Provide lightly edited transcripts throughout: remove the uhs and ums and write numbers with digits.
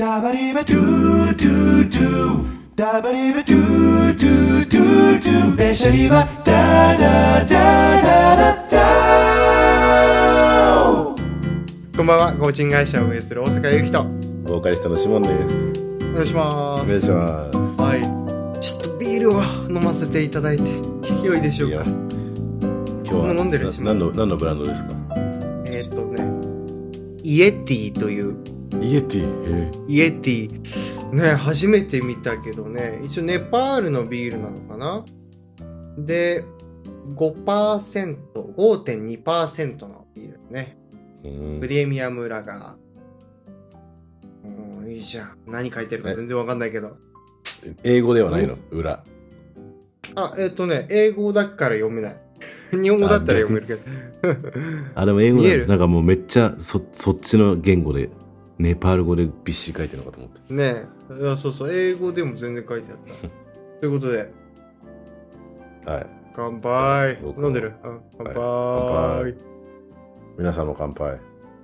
ダバリバドゥドゥドゥダバリバドゥドゥドゥドゥベシャリバダダダダダダ。こんばんは。コーチング会社を運営する大阪ゆきとボーカリストのシモンです。 お願いします。 お願いします。 はい。ちょっとビールを飲ませていただいて良いでしょうか。 今日は飲んでるし何のブランドですか？ イエティというイエティ。 イエティね、初めて見たけどね、一応ネパールのビールなのかな。で 5%、5.2% のビールね。プレミアムラガー。いいじゃん。何書いてるか全然わかんないけど。 英語ではないの？裏。 英語だから読めない。日本語だったら読めるけど。 でも英語見える？ なんかもうめっちゃそっちの言語でネパール語でびっしり書いてるのかと思って。 ねえ、いやそうそう、英語でも全然書いてあった。ということで、 はい。 乾杯。飲んでる？乾杯。 乾杯。皆さんも乾杯。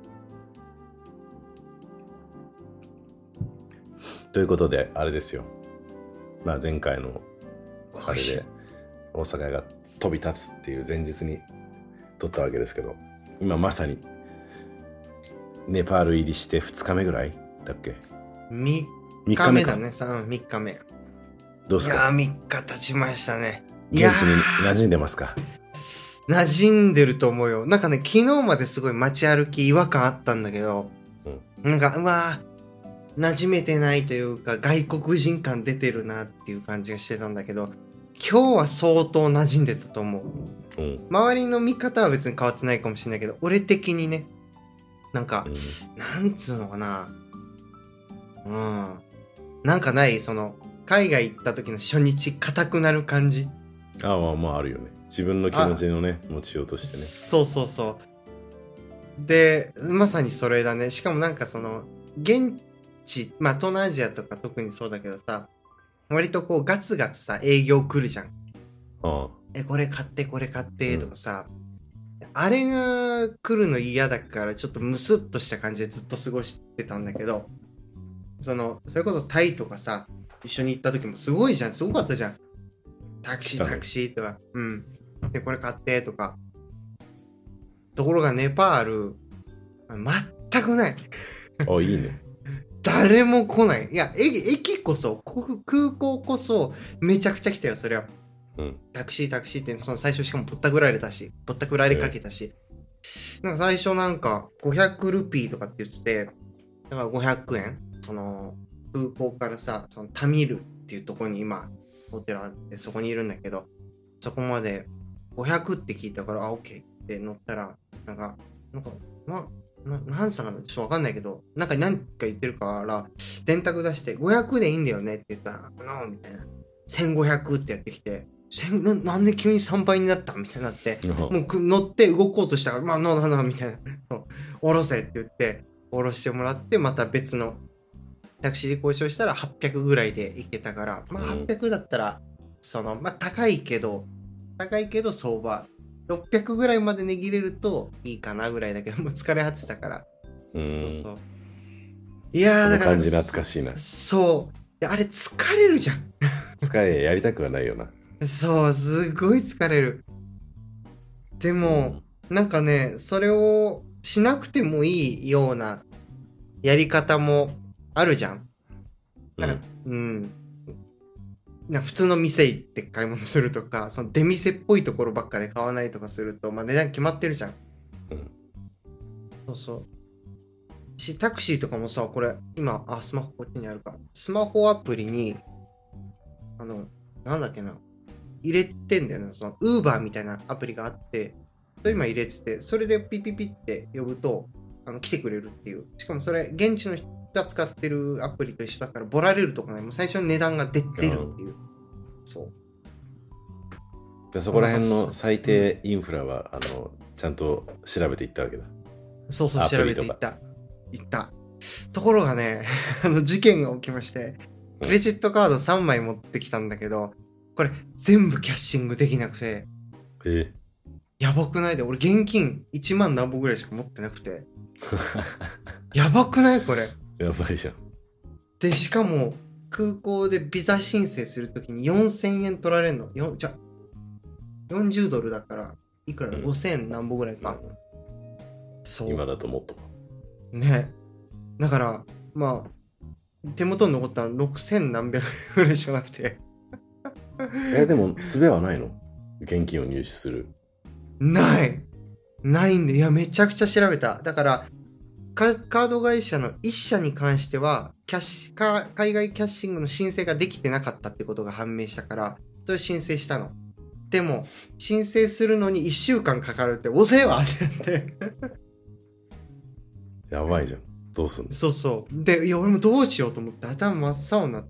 ということで、あれですよ。まあ前回のあれで大阪屋が飛び立つっていう前日に撮ったわけですけど、今まさにネパール入りして2日目ぐらいだっけ ？3日目だね。3日目。 どうですか？ いやー、3日経ちましたね。 現地に馴染んでますか？ 馴染んでると思うよ。なんかね、昨日まですごい街歩き違和感あったんだけど、なんか、馴染めてないというか、外国人感出てるなっていう感じがしてたんだけど、今日は相当馴染んでたと思う。周りの見方は別に変わってないかもしれないけど、俺的にね、なんか、なんつうのかな。なんかない、海外行った時の初日硬くなる感じ。 まああるよね。自分の気持ちのね、持ちようとしてね。 そうそうそう。で、まさにそれだね。しかもなんか現地、まあ東南アジアとか特にそうだけどさ、割とこうガツガツさ、営業来るじゃん。これ買ってこれ買ってとかさ、あれが来るの嫌だからちょっとムスッとした感じでずっと過ごしてたんだけど、それこそタイとかさ、一緒に行った時もすごいじゃん。すごかったじゃん。タクシーとか、で、これ買ってとか。ところがネパール、全くない。 いいね。 誰も来ない。いや、駅こそ、空港こそ、めちゃくちゃ来たよ、そりゃ。タクシーって、最初しかもぼったくられかけたし。なんか最初なんか、500ルピーとかって言ってて、だから500円空港からさ、タミルっていうところに今、ホテルあって、そこにいるんだけど、そこまで500って聞いたから、OK って乗ったら、何さんかなちょっとわかんないけど、何か言ってるから、電卓出して、500でいいんだよねって言ったら、みたいな。1500ってやってきて、なんで急に3倍になったみたいになって、もう乗って動こうとしたから、みたいな。降ろせって言って、降ろしてもらって、また別のタクシーで交渉したら800ぐらいで行けたから、800だったら、高いけど相場、600ぐらいまで値切れるといいかなぐらいだけど、もう疲れ果てたから。そういやー、だから。 感じ懐かしいな。 そう。あれ疲れるじゃん。 やりたくはないよな。 そう、すごい疲れる。でも、なんかね、それをしなくてもいいようなやり方もあるじゃん。なんか普通の店行って買い物するとか、出店っぽいところばっかで買わないとかすると、値段決まってるじゃん。そうそう。タクシーとかもさ、これ、今、スマホこっちにあるか。スマホアプリに、なんだっけな、入れてんだよね。ウーバーみたいなアプリがあって、それ今入れてて、それでピピピって呼ぶと、来てくれるっていう。しかもそれ、現地の人が使ってるアプリと一緒だから、ボラれるとかね、もう最初に値段が出るっていう。そう。 そこら辺の最低インフラは、ちゃんと調べていったわけだ。 そうそう、調べていった。ところがね、事件が起きまして、クレジットカード3枚持ってきたんだけど、これ全部キャッシングできなくて。やばくないで、俺現金1万何本ぐらいしか持ってなくて。やばくないこれ。 やばいじゃん。 で、しかも空港でビザ申請するときに4000円取られるの。40ドルだから、いくらだ、 うん ?5000 何ぼぐらいか。 うんそう。 今だともっと。 ね。だから、まあ、手元に残ったの6000何百ぐらいしかなくて。 でも、術はないの？現金を入手する。 ないんで、いや、めちゃくちゃ調べた。だから、カード会社の1社に関しては、海外キャッシングの申請ができてなかったってことが判明したから、それ申請したの。でも、申請するのに1週間かかるって、遅えわってなって。 やばいじゃん。どうすんの？ そうそう。で、いや、俺もどうしようと思って頭真っ青になって、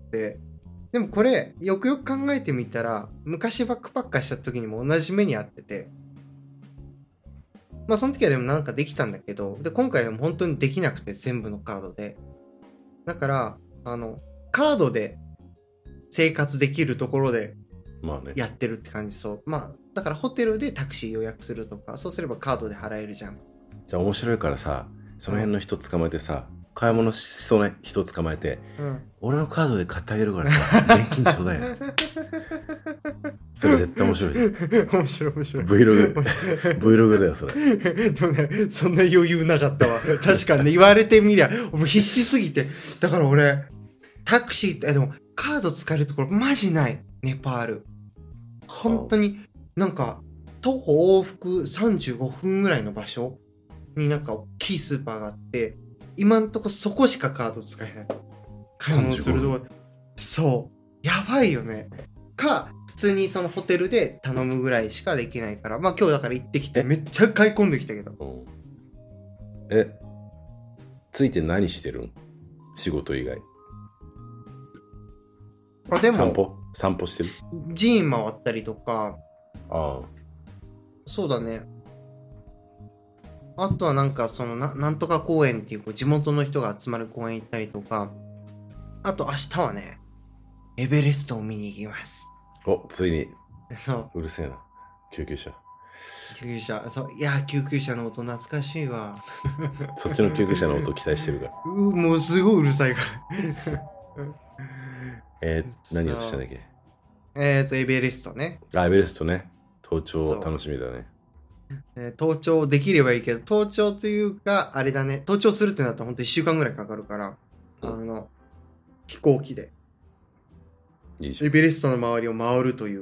でもこれ、よくよく考えてみたら、昔バックパッカーした時にも同じ目にあってて、まあその時はでもなんかできたんだけど、で、今回はもう本当にできなくて、全部のカードで。だから、カードで生活できるところでまあね。 やってるって感じそう。まあ、だからホテルでタクシー予約するとか、そうすればカードで払えるじゃん。 じゃあ面白いからさ、その辺の人捕まえてさ、買い物しそうな人捕まえて、俺のカードで買ってあげるからさ、現金ちょうだいよ。それ絶対面白いじゃん。 面白い。 Vlog だよ、それ。 でもね、そんな余裕なかったわ。確かにね、言われてみりゃ、もう必死すぎて。だから俺、タクシーって、でも、カード使えるところ、マジない。ネパール。本当に、なんか、徒歩往復35分ぐらいの場所になんか大きいスーパーがあって、今んとこそこしかカード使えない。買い物するとこ。そう。やばいよね。普通にそのホテルで頼むぐらいしかできないから。まあ今日だから行ってきて、めっちゃ買い込んできたけど。 ついて何してるん？仕事以外。 でも散歩してる？ 寺院回ったりとか。 ああ。 そうだね。あとはなんかそのなんとか公園っていう地元の人が集まる公園行ったりとか。あと明日はね、エベレストを見に行きます。 ついに。 そう。 うるせえな。救急車。 そう。いや、救急車の音懐かしいわ。 そっちの救急車の音期待してるから。 もうすごいうるさいから。 何をしたんだっけ？ エベレストね。 エベレストね。登頂楽しみだね。 登頂できればいいけど、登頂というか、あれだね。登頂するってなったらほんと1週間ぐらいかかるから、飛行機で。 いいじゃん。 エベレストの周りを回るという。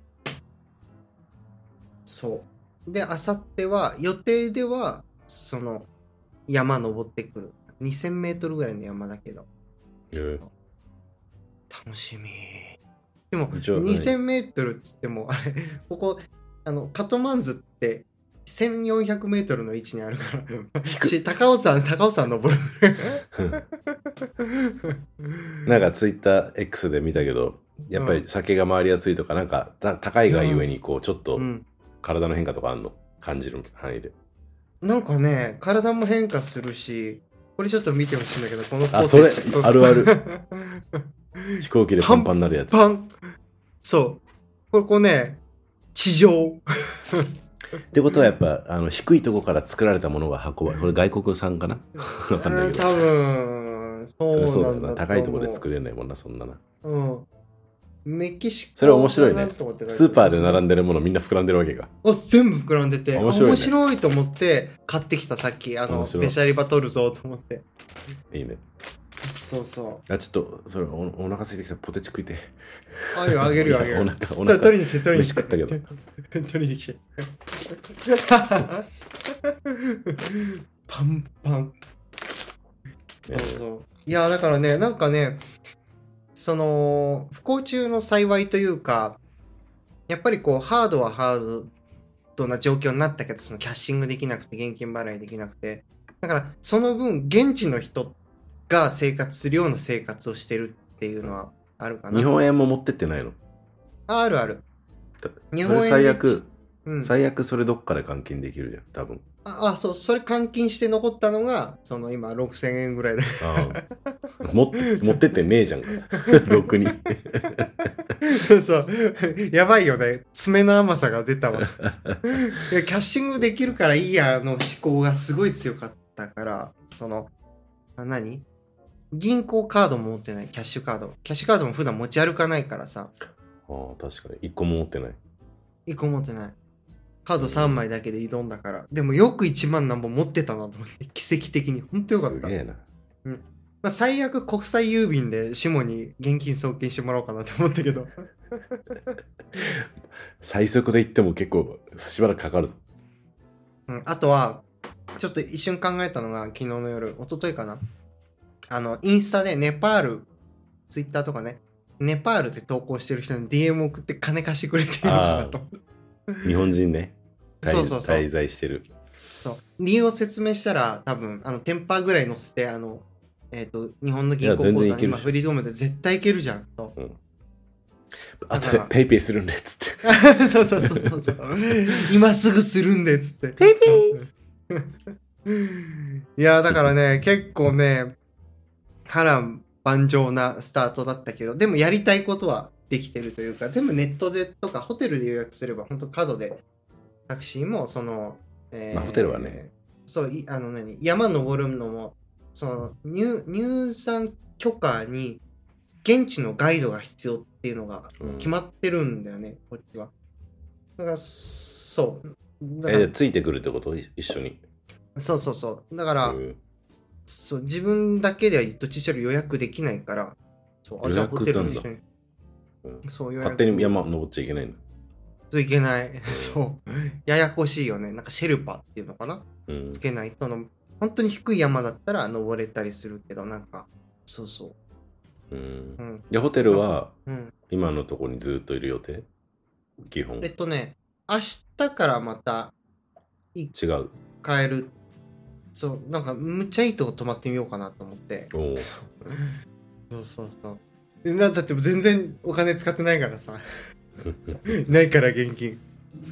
そう。で、あさっては、予定では、その、山登ってくる。2000メートルぐらいの山だけど。楽しみ。でも、2000メートルっつっても、あれ、ここ、カトマンズって1400メートルの位置にあるから、高尾山登る。 なんかツイッター X で見たけど、やっぱり酒が回りやすいとか、なんか高いがゆえにこうちょっと体の変化とかあるの？感じる範囲で。 なんかね、体も変化するし、これちょっと見てほしいんだけど、このそれあるある。飛行機でパンパンになるやつ。 そう。これね、地上。 ってことはやっぱ低いとこから作られたものが運ばれ、これ外国産かな？わかんないけど。 多分そうだよな。高いところで作れないもんな、そんなな。 メキシコ。 それ面白いね。スーパーで並んでるものみんな膨らんでるわけか。 全部膨らんでて、面白いと思って買ってきた、さっき。ベシャリバ取るぞと思って。 いいね。 そうそう。 ちょっとそれお腹空いてきた。ポテチ食いて。 あげるよ。 お腹取りに来て美味しかったけど。 取りに来て。パンパン。そう。いや、だからね、なんかね、その不幸中の幸いというか、やっぱりこうハードはハードな状況になったけど、そのキャッシングできなくて、現金払いできなくて、だからその分現地の人が生活するような生活をしてるっていうのはあるかな。 日本円も持ってってないの？ ある。 日本円最悪それどっかで換金できるじゃん、多分。 そう、それ換金して残ったのが、その今6000円ぐらいで。 持ってってねえじゃん。ろくに。 そう。やばいよね。爪の甘さが出たわ。キャッシングできるからいいやの思考がすごい強かったから、その、 銀行カードも持ってない、キャッシュカード。キャッシュカードも普段持ち歩かないからさ、 ああ、確かに。一個も持ってない。 1個持ってない。カード3枚だけで挑んだから。でもよく1万何本持ってたなと思って、奇跡的に。ほんとよかった。 すげえな。 まあ、最悪国際郵便で下に現金送金してもらおうかなと思ったけど。 最速で行っても結構しばらくかかるぞ。 あとは、ちょっと一瞬考えたのが昨日の夜、一昨日かな。インスタでネパール、ツイッターとかね、ネパールで投稿してる人に DM 送って金貸してくれているのかなと。 日本人ね。 そうそうそう。 滞在してる。 そう。理由を説明したら、多分、テンパーぐらい載せて、日本の銀行口座に今振り込むで絶対いけるじゃん。と。 あとでペイペイするんでっつって。 そうそうそうそう。今すぐするんでっつって。ペイペイいや、だからね、結構ね、波乱万丈なスタートだったけど、でもやりたいことはできてるというか、全部ネットでとかホテルで予約すれば、本当カードでタクシーもその、 まあ、ホテルはね、 そう山登るのもその入山許可に現地のガイドが必要っていうのが決まってるんだよね、こっちは。だからそうついてくるってこと一緒に。 そうそうそう。だから、そう自分だけではどっちにしろ予約できないから、 そう予約なんだ。そう勝手に山登っちゃいけないんだ。 いけない。そう。ややこしいよね。なんかシェルパっていうのかな、つけないと本当に低い山だったら登れたりするけど、なんか、そうそう。 で、ホテルは、今のところにずっといる予定？基本。 明日からまた、 違う。 変える。そう、なんか、むっちゃいいとこ泊まってみようかなと思って。そうそうそう。だって全然お金使ってないからさ。ないから現金。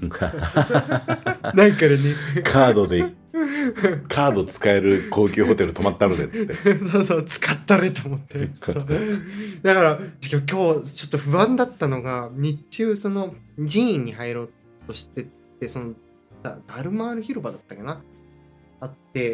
ないからね。 カード使える高級ホテル泊まったのでっつって。 そうそう、使ったれと思って。だから、今日ちょっと不安だったのが、日中その寺院に入ろうとしてて、そのダルマール広場だったっけなあって、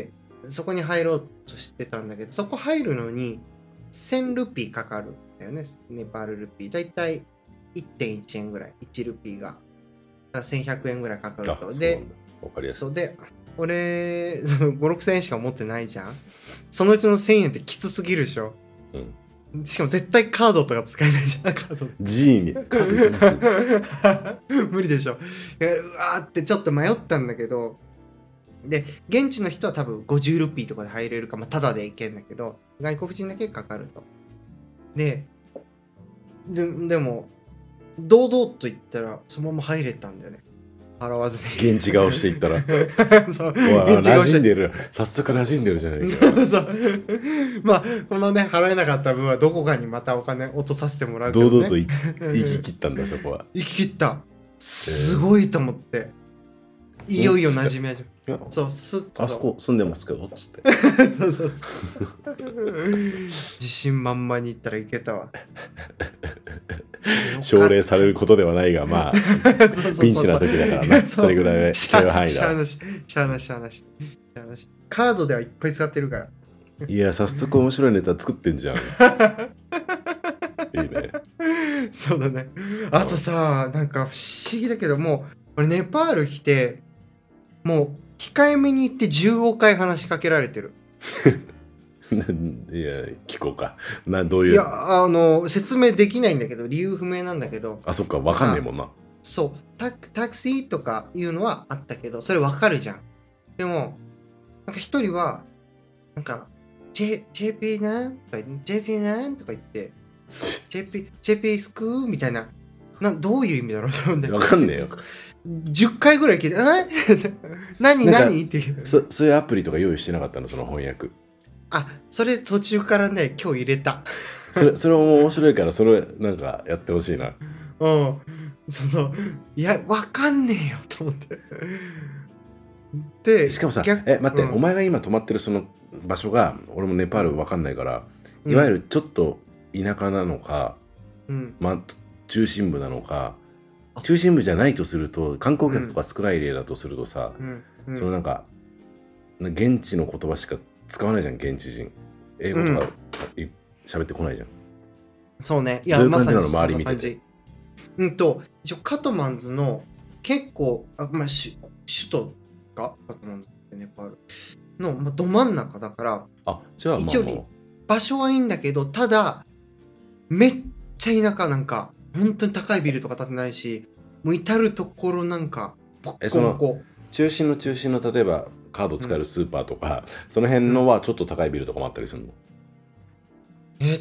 そこに入ろうとしてたんだけど、そこ入るのに1000ルピーかかるんだよね、ネパールルピー。だいたい 1.1 円ぐらい、1ルピーが。1100円ぐらいかかると。で、そうで、俺、5、6000円しか持ってないじゃん。そのうちの1000円ってきつすぎるでしょ。しかも絶対カードとか使えないじゃん、カード。 G に。カード無理でしょ。うわーってちょっと迷ったんだけど、で、現地の人は多分50ルピーとかで入れるか、まあ、タダで行けんだけど、外国人だけかかると。でも、堂々と言ったら、そのまま入れたんだよね。払わずに。 現地顔していったら。 そう。 馴染んでる。早速馴染んでるじゃないですか。 そう。まあ、このね、払えなかった分はどこかにまたお金落とさせてもらうけど、ね。 堂々と行き切ったんだ、そこは。 行き切った。すごいと思って。いよいよ馴染み始め。そう、スッと。 あそこ住んでますけど、つって。 そうそうそう。自信満々に行ったらいけたわ。 奨励されることではないが、まあ、ピンチな時だからな、それぐらい視界は範囲だ。 しゃあなし。カードではいっぱい使ってるから。 いや、早速面白いネタ作ってんじゃん。いいね。 そうだね。あとさ、なんか不思議だけど、もう、俺ネパール来て、もう、控えめに言って15回話しかけられてる。 いや、聞こうか。どういう。 いや、説明できないんだけど、理由不明なんだけど。 あ、そっか、わかんねえもんな。 そう。タクシーとかいうのはあったけど、それわかるじゃん。でも、なんか一人は、なんか、JP なんとか言って、JP なんとか言って、JP スクーみたいな、どういう意味だろうと思うんだよ。 わかんねえよ。 10回ぐらい聞いて、何っていう。 そういうアプリとか用意してなかったの、その翻訳。 あ、それ途中からね、今日入れた。 それも面白いから、それなんかやってほしいな。 そう。いや、わかんねえよ、と思って。で、 しかもさ、待って、お前が今泊まってるその場所が、俺もネパールわかんないから、いわゆるちょっと田舎なのか、中心部なのか、中心部じゃないとすると、観光客とか少ない例だとするとさ、そのなんか、現地の言葉しか使わないじゃん、現地人。 英語とか喋ってこないじゃん。 そうね。いや、 どういう感じなのまさにそんな周り見てて感じ。一応カトマンズの結構、首都がカトマンズってネパールの、ど真ん中だから、 じゃあ一応場所はいいんだけど、ただ、めっちゃ田舎なんか、本当に高いビルとか建てないし、もう至るところなんか、ボッコボコ。 中心の例えばカード使えるスーパーとか、その辺のはちょっと高いビルとかもあったりするの？ 言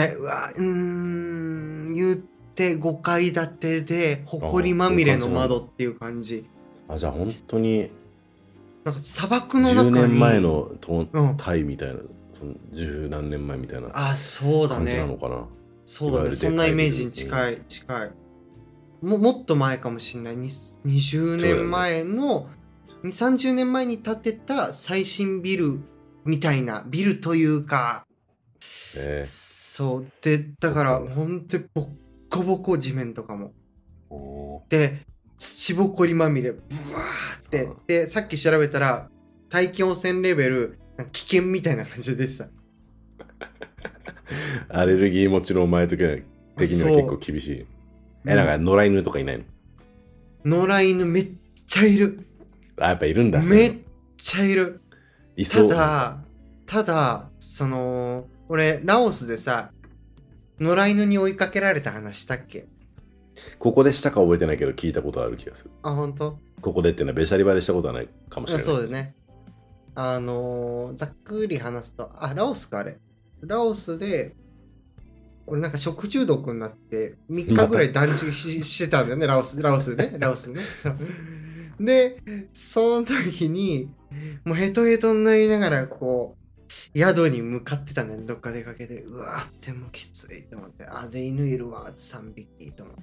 って5階建てで、埃まみれの窓っていう感じ。 じゃあ本当に、 なんか砂漠の中に。 10年前のタイみたいな、その10何年前みたいなそうだね。 感じなのかな。 そうだね。そんなイメージに近い。もっと前かもしれない。20年前の、30年前に建てた最新ビルみたいな、ビルというか、そうで、だから本当にボッコボコ地面とかもで、土ぼこりまみれブワーって、でさっき調べたら大気汚染レベル危険みたいな感じでさアレルギー持ちのお前的には結構厳しい。なんか野良犬とかいないの？野良犬めっちゃいる。 やっぱいるんだ。 めっちゃいる。 いそう。 ただ俺ラオスでさ、野良犬に追いかけられた話したっけ？ ここでしたか覚えてないけど聞いたことある気がする。 本当？ ここでっていうのはベシャリバでしたことはないかもしれない。 そうだね。ざっくり話すと、ラオスかあれ。ラオスで、俺なんか食中毒になって3日ぐらい断食してたんだよね、ラオスでね。で、その時に、もうヘトヘトになりながら、宿に向かってたんだよね、どっか出かけて。うわーってもうきついと思って、で、犬いるわーって3匹と思って、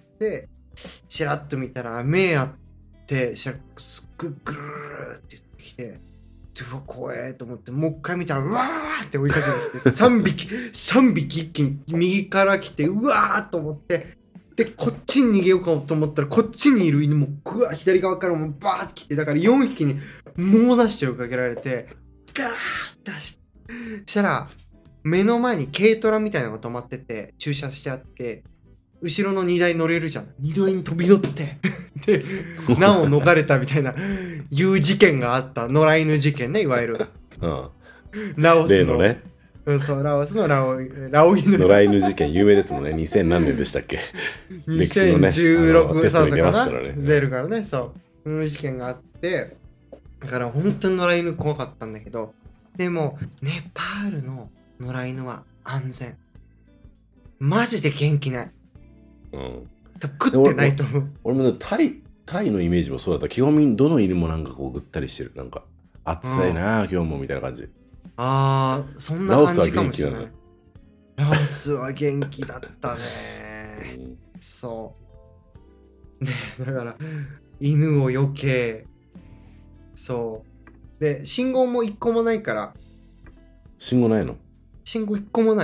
チラッと見たら、目あって、すっごいグルーって言ってきて、うわ、怖えと思って、もう一回見たら、うわーって追いかけてきて、3匹一気に右から来て、うわーと思って、で、こっちに逃げようかと思ったら、こっちにいる犬もぐわー左側からもバーって来て、だから4匹に猛ダッシュ追いかけられて、ガーッ出して、そしたら、目の前に軽トラみたいなのが止まってて、駐車してあって、後ろの荷台乗れるじゃん。荷台に飛び乗って、で、難を逃れたみたいな、いう事件があった。野良犬事件ね、いわゆる。ラオスの。 例のね。 そう、ラオスのラオ犬。 野良犬事件有名ですもんね。2000何年でしたっけ？ 2016 テストに出ますからね。 出るからね、そう。その事件があって、だから本当に野良犬怖かったんだけど、でも、ネパールの野良犬は安全。マジで元気ない。食ってないと思う。 俺もタイのイメージもそうだった。基本どの犬もなんかぐったりしてる。なんか、暑いな今日もみたいな感じ。 そんな感じかもしれない。ラオスは元気だったね。そう。ね、だから、犬を避け、そう。で、信号も一個もないから。 信号ないの？ 信号一個もない。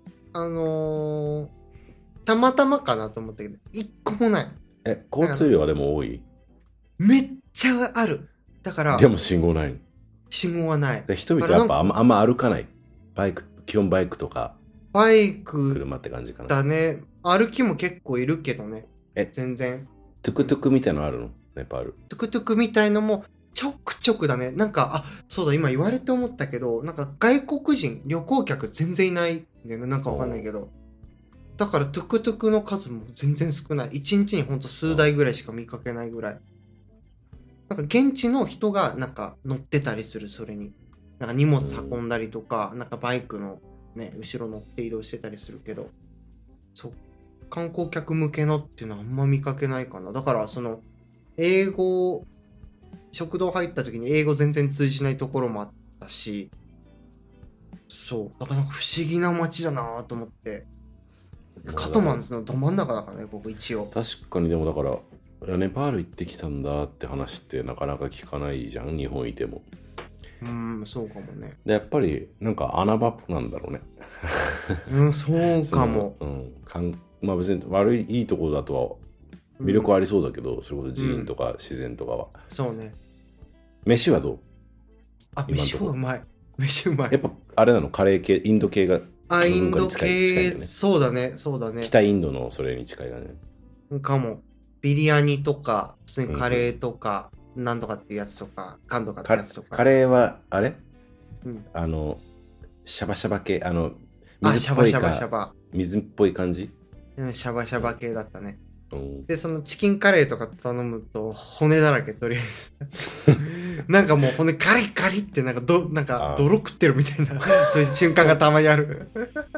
たまたまかなと思ったけど、一個もない。 交通量はでも多い？ めっちゃある。だから。 でも信号ない。 信号はない。 人々やっぱあんま歩かない。基本バイクとか。 バイク。 車って感じかな。 だね。歩きも結構いるけどね。全然。 トゥクトゥクみたいなのあるの？ネパール。 トゥクトゥクみたいのもちょくちょくだね。なんか、そうだ、今言われて思ったけど、なんか外国人、旅行客全然いないんだよね。なんかわかんないけど。だからトゥクトゥクの数も全然少ない。1日にほんと数台ぐらいしか見かけないぐらい。なんか現地の人がなんか乗ってたりする、それに。なんか荷物運んだりとか、なんかバイクのね、後ろ乗って移動してたりするけど、そう、観光客向けのっていうのはあんま見かけないかな。だから英語、食堂入った時に英語全然通じないところもあったし、そう、だからなんか不思議な街だなと思って。カトマンズのど真ん中だからね、僕一応。 確かにでもだから、ネパール行ってきたんだって話ってなかなか聞かないじゃん、日本いても。 そうかもね。 でやっぱりなんか穴場なんだろうね。 そうかも。 まあ別にいいところだとは魅力ありそうだけど、それこそ寺院とか自然とかは。そうね。飯はどう？ 飯はうまい。飯うまい。 やっぱあれなのカレー系、インド系がインド近いんだ系、 よね。 そうだね、そうだね。 北インドのそれに近いがね。 かも。ビリヤニとか、普通にカレーとか、なんとかっていうやつとか、カンとかってやつとか。 カレーは、あれ、 うん、 シャバシャバ系、 シャバシャバシャバ。 水っぽい感じ、 シャバシャバ系だったね。 うん、 で、そのチキンカレーとか頼むと、骨だらけ、とりあえず。なんかもう骨カリカリって、なんか泥食ってるみたいな瞬間がたまにある。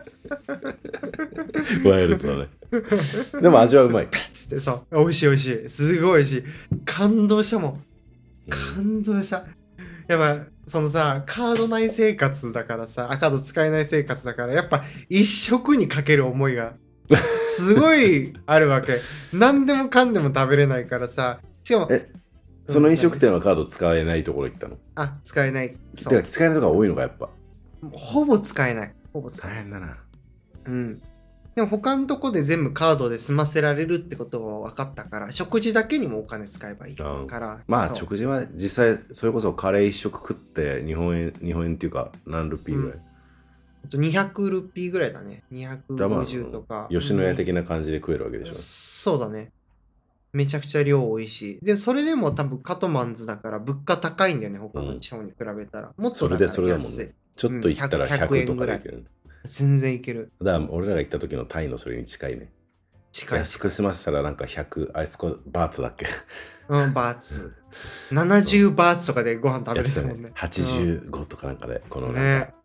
ワイルドだね。でも味はうまい。 ペッつってさ、美味しい美味しい。すごい美味しい。感動したもん。感動した。やっぱ、そのさ、カードない生活だからさ、カード使えない生活だから、やっぱ一食にかける思いが、すごいあるわけ。何でもかんでも食べれないからさ、しかも、 その飲食店はカード使えないところ行ったの？ 使えない。 てか使えないところが多いのか、やっぱ。 ほぼ使えない。ほぼ使えない。 大変だな。 うん。でも他のとこで全部カードで済ませられるってことが分かったから、食事だけにもお金使えばいいから。 まあ食事は実際それこそカレー一食食って日本円っていうか何ルピーぐらい、 200ルピーぐらいだね。250とか。 吉野家的な感じで食えるわけでしょ。 そうだね。めちゃくちゃ量多いし。で、それでも多分カトマンズだから物価高いんだよね、他の地方に比べたら。もっとだから安い。 それだもんね。ちょっと行ったら100とかでいける。 全然いける。 だから俺らが行った時のタイのそれに近いね。近い。安く済ませたらなんか100、あいつこバーツだっけ？ バーツ。70バーツとかでご飯食べれるもんね。 85とかなんかで、このなんか、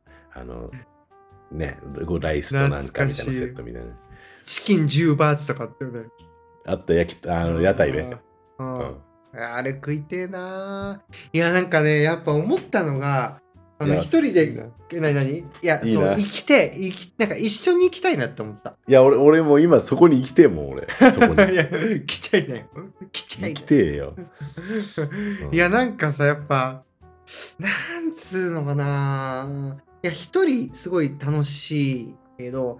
ライスとなんかみたいなセットみたいな。 チキン10バーツとかあったよね。 あった屋台ね。 あれ食いてえな。いや、なんかね、やっぱ思ったのが、一人で、いや、そう、なんか一緒に行きたいなって思った。 いや、俺も今そこに行きてえもん、俺。そこに。 いや、来ちゃいなよ。 行きてえよ。 いや、なんかさ、やっぱ、なんつうのかな。いや、一人すごい楽しいけど、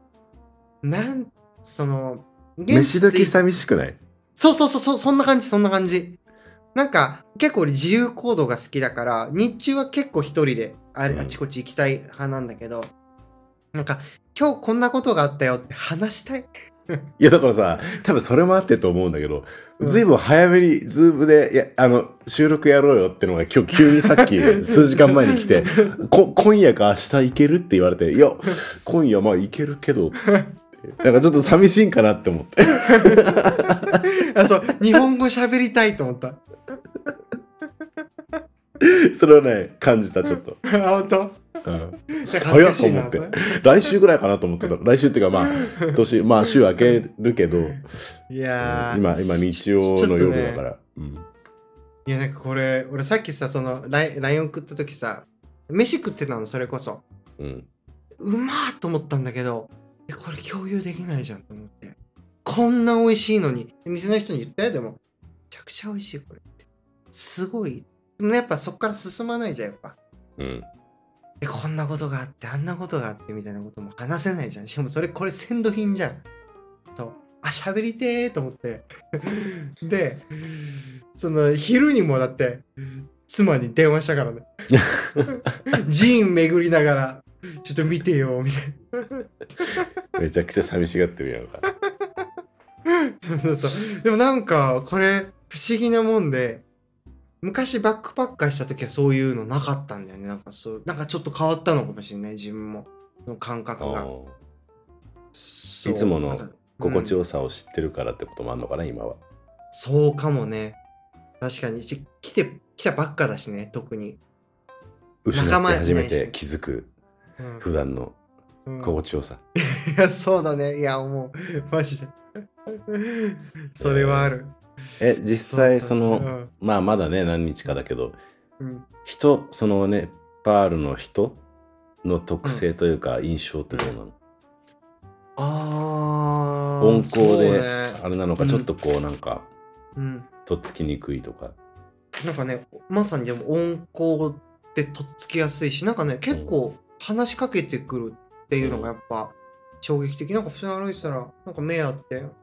飯時寂しくない？ そう、そんな感じ。なんか、結構俺自由行動が好きだから、日中は結構一人であちこち行きたい派なんだけど、なんか、今日こんなことがあったよって話したい。 いや、だからさ、多分それもあってと思うんだけど、ずいぶん早めにズームで、収録やろうよってのが今日急にさっき数時間前に来て、今夜か明日行けるって言われて、いや、今夜まあ行けるけど、なんかちょっと寂しいんかなって思って。 そう、日本語喋りたいと思った。 それはね、感じた、ちょっと。 本当？ 早っと思って。来週ぐらいかなと思ってた。来週っていうか、まあ、週明けるけど、 いや今日曜の夜だから。 いや、なんかこれ、俺さっきさ、その、LINE 送った時さ、飯食ってたの、それこそ。うまーと思ったんだけど、これ共有できないじゃんと思って。こんな美味しいのに、店の人に言ったよ、でも。めちゃくちゃ美味しい、これって。すごい。でもやっぱそっから進まないじゃん、やっぱ。こんなことがあって、あんなことがあって、みたいなことも話せないじゃん。しかもこれ鮮度品じゃん。喋りてーと思って。で、昼にもだって、妻に電話したからね。寺院巡りながら、ちょっと見てよ、みたいな。めちゃくちゃ寂しがってるやんか。 そう。でもなんか、これ、不思議なもんで、昔バックパッカーした時はそういうのなかったんだよね。なんかちょっと変わったのかもしれない、自分も。その感覚が。 いつもの心地よさを知ってるからってこともあるのかな、今は。 そうかもね。確かに。来たばっかだしね、特に。 失って初めて気づく、普段の心地よさ。 いや、そうだね。いや、もう、マジで。それはある。 実際まだね何日かだけど、そのネパールの人の特性というか印象ってどうなの？温厚であれなのか、ちょっとこうなんかとっつきにくいとか。 なんかね、まさにでも温厚でとっつきやすいし、なんかね結構話しかけてくるっていうのがやっぱ衝撃的。なんか普通に歩いてたら、なんか目あって、って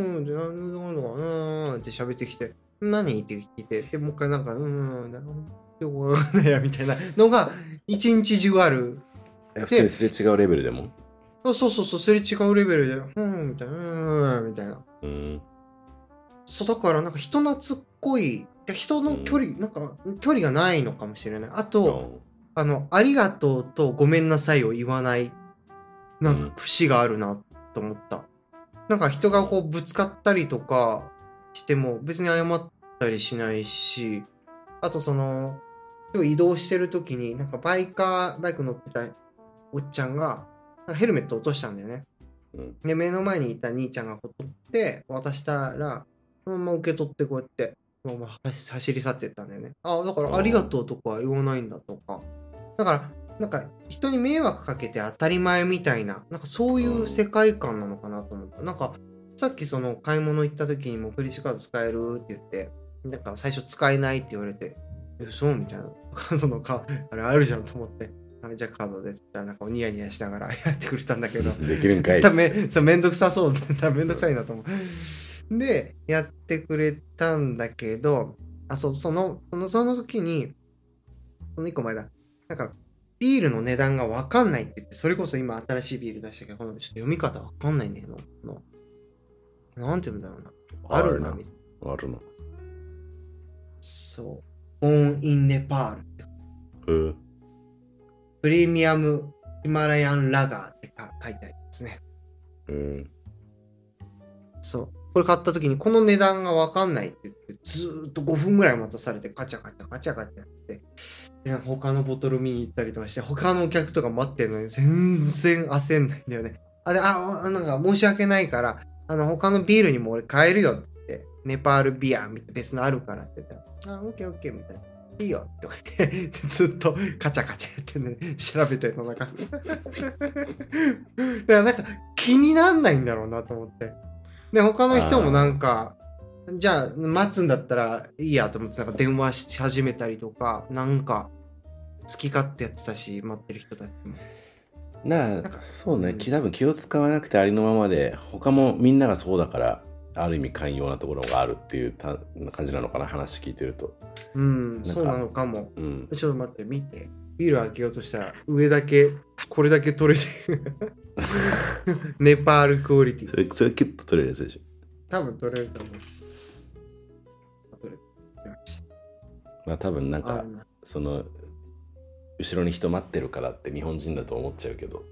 喋ってきて、何って聞いて、で、もう一回なんか、よくわかんないや、みたいなのが、一日中ある普通にすれ違うレベルでも。 そうそうそう、すれ違うレベルで、みたいな、みたいな。そう、だからなんか人懐っこい、人の距離、なんか距離がないのかもしれない。あと、ありがとうとごめんなさいを言わない、なんか節があるなと思った。なんか人がこうぶつかったりとかしても別に謝ったりしないし、あと今日移動してる時になんかバイク乗ってたおっちゃんがヘルメット落としたんだよね。で、目の前にいた兄ちゃんが取って渡したら、そのまま受け取ってこうやって、走り去っていったんだよね。だからありがとうとかは言わないんだとか。だから、なんか人に迷惑かけて当たり前みたいな、なんかそういう世界観なのかなと思った。なんか、さっき買い物行った時にもクレジットカード使えるって言って、なんか最初使えないって言われて、そうみたいな。あれあるじゃんと思って。じゃあカードでなんかニヤニヤしながらやってくれたんだけどできるんかいめんどくさそうめんどくさいなと思うでやってくれたんだけどその時にその1個前だなんかビールの値段が分かんないって言ってそれこそ今新しいビール出したけどこのちょっと読み方分かんないんだけどなんて言うんだろうなあるなそうボーンインネパールってプレミアムヒマラヤンラガーって書いてありますね。そう。これ買った時にこの値段がわかんないって言ってずーっと5分ぐらい待たされてカチャカチャカチャカチャやってで他のボトル見に行ったりとかして他のお客とか待ってるのに全然焦んないんだよね。なんか申し訳ないから他のビールにも俺買えるよって言ってネパールビアみたいな別のあるからって言ったらオッケーオッケーみたいな。いいよとか言ってずっとカチャカチャやってね調べてるのなんかだからなんか気になんないんだろうなと思ってで他の人もなんかじゃあ待つんだったらいいやと思ってなんか電話し始めたりとかなんか好き勝手やってたし待ってる人たちもそうね、多分気を使わなくてありのままで他もみんながそうだからある意味寛容なところがあるっていう感じなのかな話聞いてるとそうなのかも、ちょっと待って見てビール開けようとしたら上だけこれだけ取れてネパールクオリティそれキュッと取れるやつでしょ多分取れると思う多分なんか後ろに人待ってるからって日本人だと思っちゃうけど、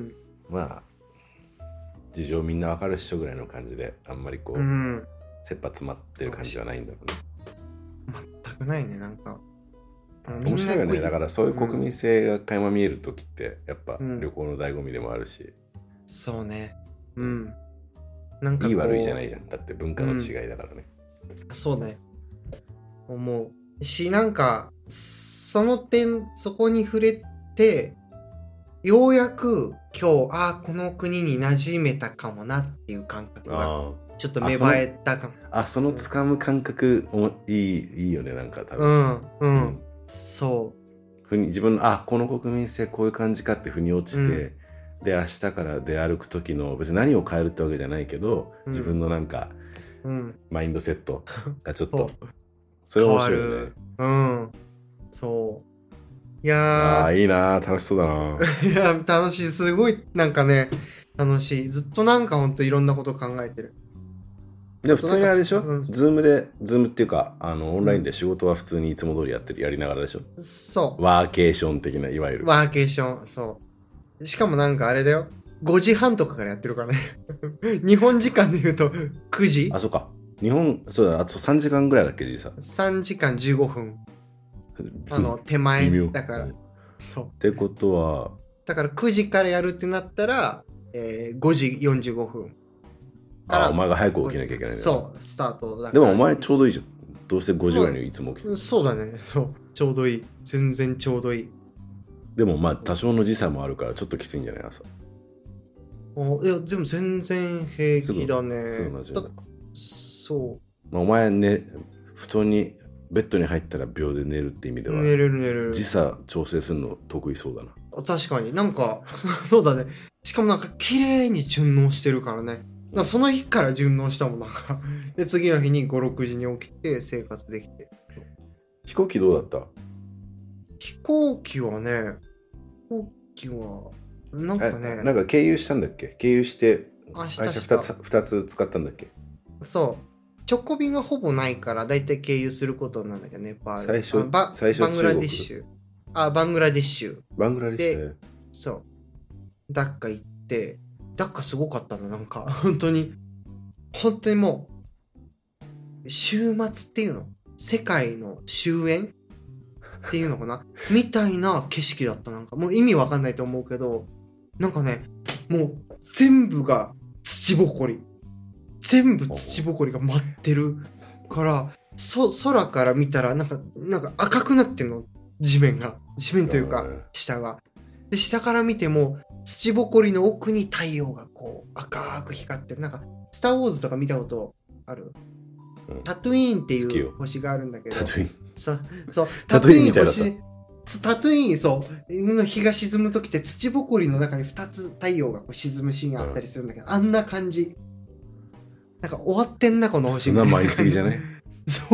事情みんなわかるっしょぐらいの感じであんまり切羽詰まってる感じはないんだろうね全くないねなんか面白いよねだからそういう国民性が垣間見える時ってやっぱ旅行の醍醐味でもあるし、 そうねなんかいい悪いじゃないじゃんだって文化の違いだからね、 そうね思うしなんかそこに触れてようやく今日この国に馴染めたかもなっていう感覚がちょっと芽生えたかもその掴む感覚いいよねなんか多分そう自分のこの国民性こういう感じかって腑に落ちて、で明日から出歩く時の別に何を変えるってわけじゃないけど、自分のなんか、マインドセットがちょっとそれ面白いよねそういやいいな楽しそうだないや楽しいすごいなんかね楽しいずっとなんかほんといろんなこと考えてるでも普通にあれでしょ、ズームっていうかオンラインで仕事は普通にいつも通りやりながらでしょ、 そうワーケーション的ないわゆるワーケーションそうしかもなんかあれだよ5時半とかからやってるからね日本時間で言うと9時そうか日本そうだあと3時間ぐらいだっけ時差 3時間15分手前だからそうってことはだから9時からやるってなったら、5時45分お前が早く起きなきゃいけないねそうスタートだからでもお前ちょうどいいじゃんどうせ5時ぐらいにいつも起きてそうだねそうちょうどいい全然ちょうどいいでも多少の時差もあるからちょっときついんじゃない朝いやでも全然平気だねそうお前ね布団にベッドに入ったら秒で寝るって意味では寝れる時差調整するの得意そうだな確かになんかそうだねしかもなんか綺麗に順応してるからねなんかその日から順応したもんなんかで次の日に5、6時に起きて生活できて飛行機どうだった？ 飛行機はね飛行時は、なんかね、 なんか経由したんだっけ？経由して明日会社2つ使ったんだっけ？ そう。直行便がほぼないから、だいたい経由することなんだけど、ネパール。 最初バングラディッシュ。バングラディッシュ。 バングラディッシュで、そう。ダッカ行って、ダッカすごかったの、なんか、本当にもう、週末っていうの？世界の終焉っていうのかなみたいな景色だった。なんか、もう意味わかんないと思うけど、なんかね、もう全部が土ぼこり。全部土ぼこりが舞ってるから、空から見たらなんか赤くなってんの、地面というか下が。で、下から見ても土ぼこりの奥に太陽がこう赤く光ってる。なんかスターウォーズとか見たことある？タトゥイーンっていう星があるんだけど、 タトゥイーンそうタトゥイーンみたいだった。 タトゥイーン、そう日が沈む時って土ぼこりの中に2つ太陽がこう沈むシーンがあったりするんだけど、あんな感じ。なんか終わってんなこの星。 砂舞いすぎじゃない？ そう、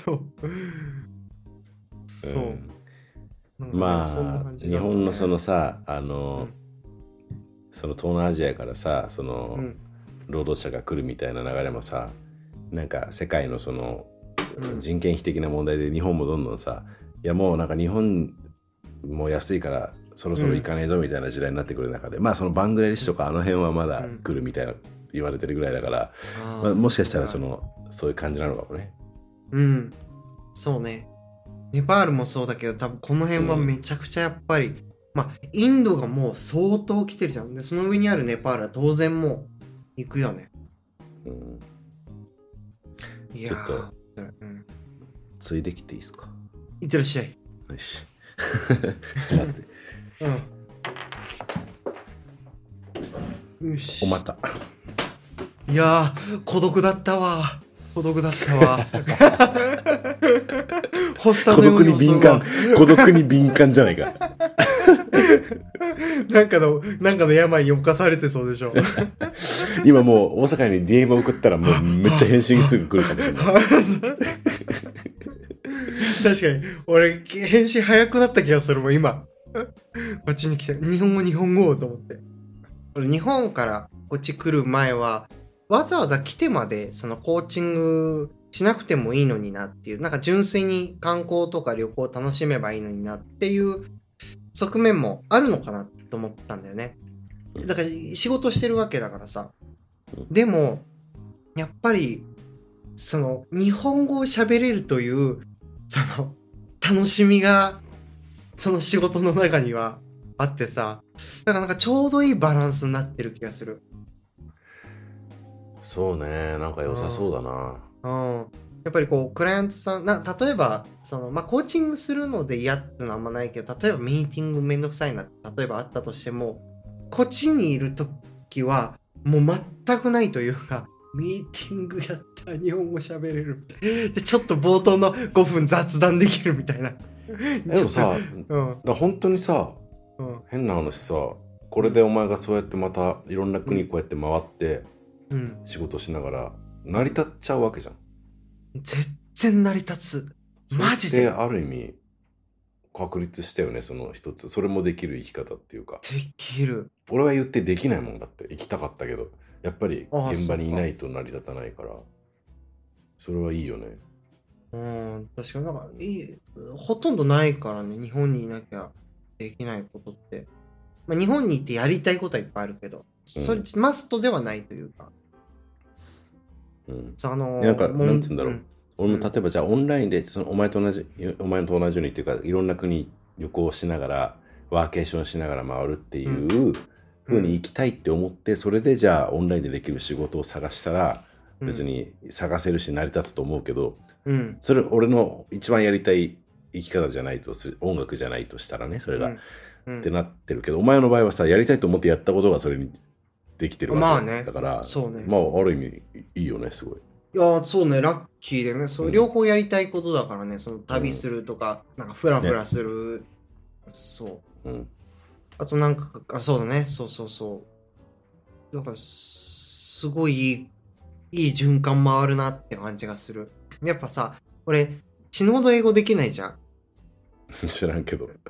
まあ日本のそのさ、その東南アジアからさ、その、労働者が来るみたいな流れもさ、なんか世界のその、人権費的な問題で日本もどんどんさ、いやもうなんか日本も安いからそろそろ行かねえぞみたいな時代になってくる中で、まあそのバングラデシュとかあの辺はまだ来るみたいな言われてるぐらいだから、まあ、もしかしたらそういう感じなのかもね。 そうね。ネパールもそうだけど、多分この辺はめちゃくちゃやっぱり、まあインドがもう相当来てるじゃん。でその上にあるネパールは当然もう行くよね。いやちょっと、ついできていいですか？ いってらっしゃい。 よし。ちょっと待って。 よし。 おまた。 いやー、孤独だったわ。孤独に敏感じゃないか。 なんかの病に侵されてそうでしょ。 今もう大阪に DM 送ったらもうめっちゃ返信すぐ来るかもしれない。 確かに俺返信早くなった気がするもん今。こっちに来て日本語と思って。俺日本からこっち来る前はわざわざ来てまでそのコーチングしなくてもいいのになっていう、なんか純粋に観光とか旅行を楽しめばいいのになっていう側面もあるのかなと思ったんだよね。だから仕事してるわけだからさ。でもやっぱりその日本語を喋れるというその楽しみがその仕事の中にはあってさ、だからなんかちょうどいいバランスになってる気がする。 そうね、なんか良さそうだな。 やっぱりこうクライアントさん例えばそのコーチングするので嫌ってのはあんまないけど、例えばミーティングめんどくさいな、例えばあったとしてもこっちにいる時はもう全くないというか、ミーティングやったら日本語喋れるでちょっと冒頭の5分雑談できるみたいな。 でもさ、本当にさ、変な話さ、これでお前がそうやってまたいろんな国こうやって回って、仕事しながら成り立っちゃうわけじゃん。 全然成り立つ。マジで。 それってある意味確立したよね、その一つ。それもできる生き方っていうか。 できる。 俺は言ってできないもんだって。行きたかったけどやっぱり現場にいないと成り立たないから、それはいいよね。 確かになんかほとんどないからね、日本にいなきゃできないことって。まあ、日本に行ってやりたいことはいっぱいあるけど、それマストではないというか。 なんかなんつうんだろう。俺も例えばじゃあオンラインでお前と同じようにっていうか、いろんな国旅行しながらワーケーションしながら回るっていう風に行きたいって思って、それでじゃあオンラインでできる仕事を探したら別に探せるし成り立つと思うけど、それ俺の一番やりたい生き方じゃないと、音楽じゃないとしたらね、それが、ってなってるけど、お前の場合はさ、やりたいと思ってやったことがそれにできてるわけだから、まあある意味いいよね、すごい。 いやそうね、ラッキーでね、両方やりたいことだからね、その旅するとか、なんかフラフラする、そう。あとなんか、そうだね、そう。だから、すごいいい循環回るなって感じがする。やっぱさ、俺、死ぬほど英語できないじゃん。 知らんけど。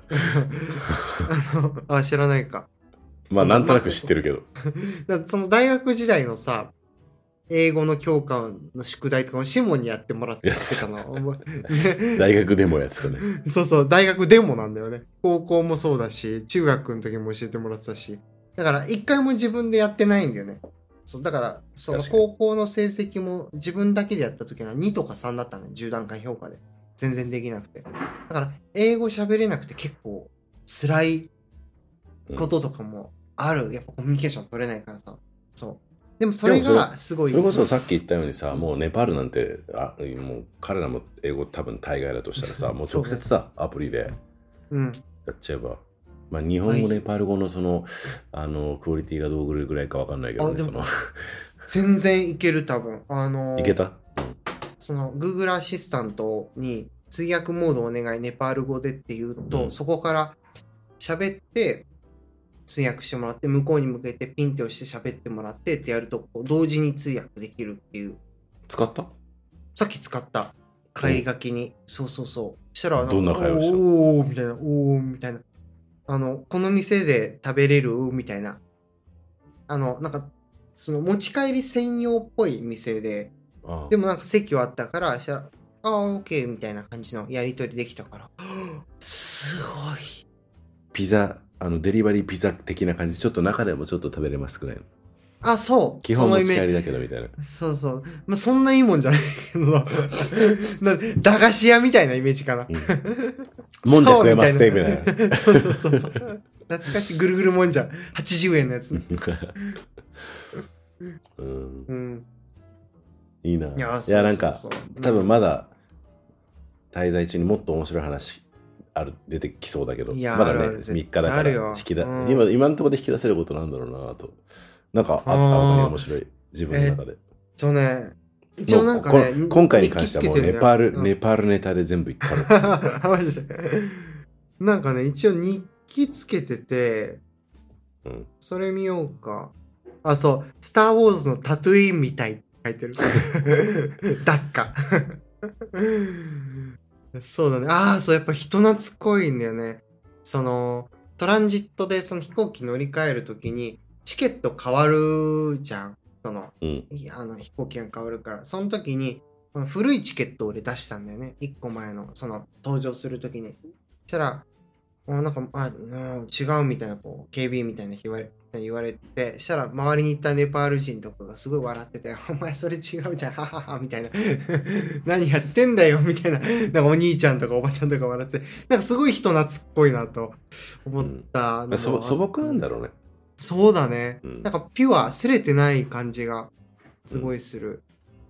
知らないか。 まあなんとなく知ってるけど。 その大学時代のさ、英語の教科の宿題とかをシモンにやってもらってたの。 大学でもやってたね。 そうそう、大学でもなんだよね。高校もそうだし、中学の時も教えてもらってたし。だから一回も自分でやってないんだよね。そうだからその高校の成績も自分だけでやった時は2とか3だったのね、10段階評価で。全然できなくて。だから英語喋れなくて結構辛いこととかもある。やっぱコミュニケーション取れないからさ。そう。でもそれがすごい。 それこそさっき言ったようにさ、もうネパールなんて、もう彼らも英語多分大概だとしたらさ、もう直接さ、アプリでやっちゃえば。まあ日本語、ネパール語のその、クオリティがどうぐらいかわかんないけどね、 全然いける、多分。 いけた？ その Google アシスタントに通訳モードお願いネパール語でって言うと、そこから喋って通訳してもらって、向こうに向けてピンって押して喋ってもらってってやると、同時に通訳できるっていう。 使った？ さっき使った。帰りがけに。そうそうそう。したら、 どんな会話した？ おーみたいな、おーみたいな。この店で食べれるみたいな。なんか、その持ち帰り専用っぽい店で、でもなんか席はあったから、したら、オッケーみたいな感じのやりとりできたから、すごい。 ピザ、デリバリーピザ的な感じ、ちょっと中でもちょっと食べれますくらいの。 そう。 基本持ち帰りだけどみたいな。 そうそう。まあ、そんないいもんじゃないけど、駄菓子屋みたいなイメージかな。 もんじゃ食えますせみたいな。 そうそうそう。懐かしいぐるぐるもんじゃ。80円のやつ。 いいな。いやなんか多分まだ滞在中にもっと面白い話出てきそうだけど、まだね3日だから今のところで引き出せることなんだろうなと。なんかあった方が面白い自分の中で。 そうね。一応なんかね、 今回に関してはもうネパールネタで全部いったの。 マジで。なんかね、一応日記つけてて、それ見ようか。そう、スター・ウォーズのタトゥインみたいって書いてる。ダッカ。そうだね。そう、やっぱ人懐っこいんだよね。トランジットでその飛行機乗り換えるときに、チケット変わるじゃん。飛行機が変わるから。その時に、古いチケットを俺出したんだよね。1個前の、登場する時に。そしたら、なんか、違うみたいな、警備員みたいな言われて、したら、周りにいたネパール人とかがすごい笑ってて、お前それ違うじゃん、ははは、みたいな。何やってんだよ、みたいな。なんかお兄ちゃんとかおばちゃんとか笑ってて、なんかすごい人懐っこいなと思ったの。 素朴なんだろうね。 そうだね。なんかピュア、擦れてない感じがすごいする。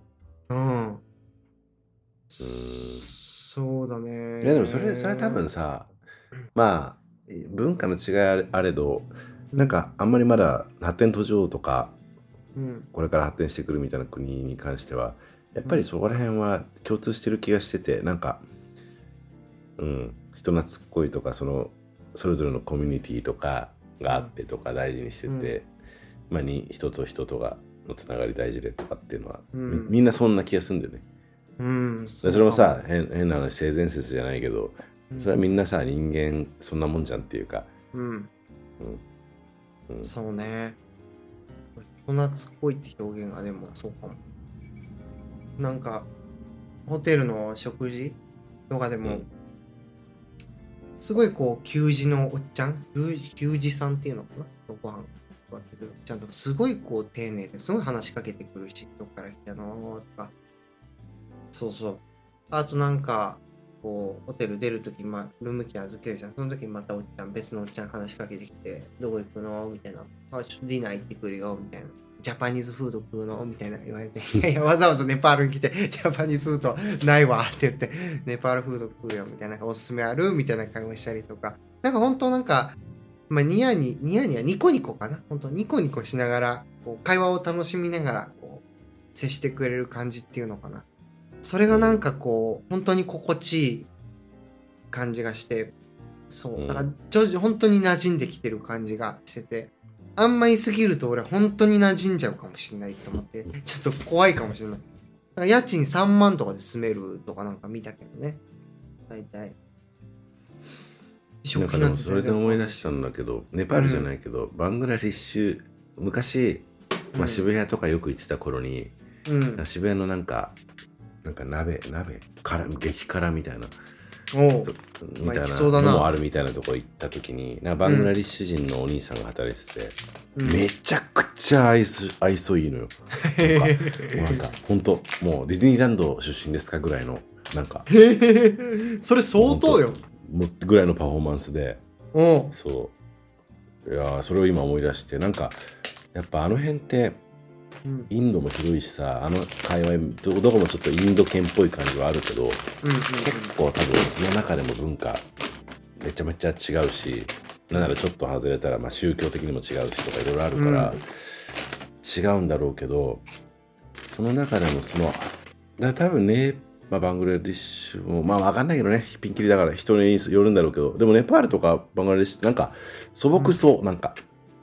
そうだね。 いやでもそれ多分さ、まあ文化の違いあれど、なんかあんまりまだ発展途上とか、これから発展してくるみたいな国に関してはやっぱりそこら辺は共通してる気がしてて、なんか人懐っこいとか、それぞれのコミュニティとかがあってとか大事にしてて、人と人とがのつながり大事でとかっていうのは、みんなそんな気がするんだよね。それもさ、変な話、性善説じゃないけど、それはみんなさ、人間そんなもんじゃんっていうか。 そうね。人懐っこいって表現がでもそうかも。なんかホテルの食事とかでも、すごい給仕のおっちゃん、給仕さんっていうのかな、ご飯配ってくるおっちゃんとか、すごい丁寧ですごい話しかけてくるし、どっから来たのとか。そうそう。あとなんか、ホテル出るとき、ルームキー預けるじゃん。その時にまた別のおっちゃん話しかけてきて、どこ行くのみたいな。ちょっとディナー行ってくるよ、みたいな。ジャパニーズフード食うのみたいな言われて、いやわざわざネパールに来て、ジャパニーズフードないわって言って、ネパールフード食うよ、みたいな。おすすめあるみたいな会話したりとか。なんか本当なんか、ニヤニコニコかな。本当ニコニコしながら、会話を楽しみながら、接してくれる感じっていうのかな。それがなんか本当に心地いい感じがして、そう。だから本当に馴染んできてる感じがしてて、あんま言いすぎると俺本当に馴染んじゃうかもしれないと思って、ちょっと怖いかもしれない。だから家賃3万とかで住めるとかなんか見たけどね。大体。 なんかでもそれで思い出したんだけど、ネパールじゃないけど、バングラデシュ、昔、渋谷とかよく行ってた頃に、渋谷のなんか鍋激辛みたいなみたいなのもあるみたいなとこ行った時に、なんかバングラデシュ人のお兄さんが働いてて、めちゃくちゃ愛想いいのよ。なんか本当もうディズニーランド出身ですかぐらいのなんかそれ相当よぐらいのパフォーマンスで、そういやそれを今思い出して、なんかやっぱあの辺ってインドも広いしさ、あの界隈どこもちょっとインド圏っぽい感じはあるけど、結構多分その中でも文化めちゃめちゃ違うし、なんならちょっと外れたらまあ宗教的にも違うしとかいろいろあるから、違うんだろうけど、その中でも多分ね、まあ、バングラデシュもまあ分かんないけどね、ピンキリだから人によるんだろうけど、でもネパールとかバングラデシュってなんか素朴そう、なんか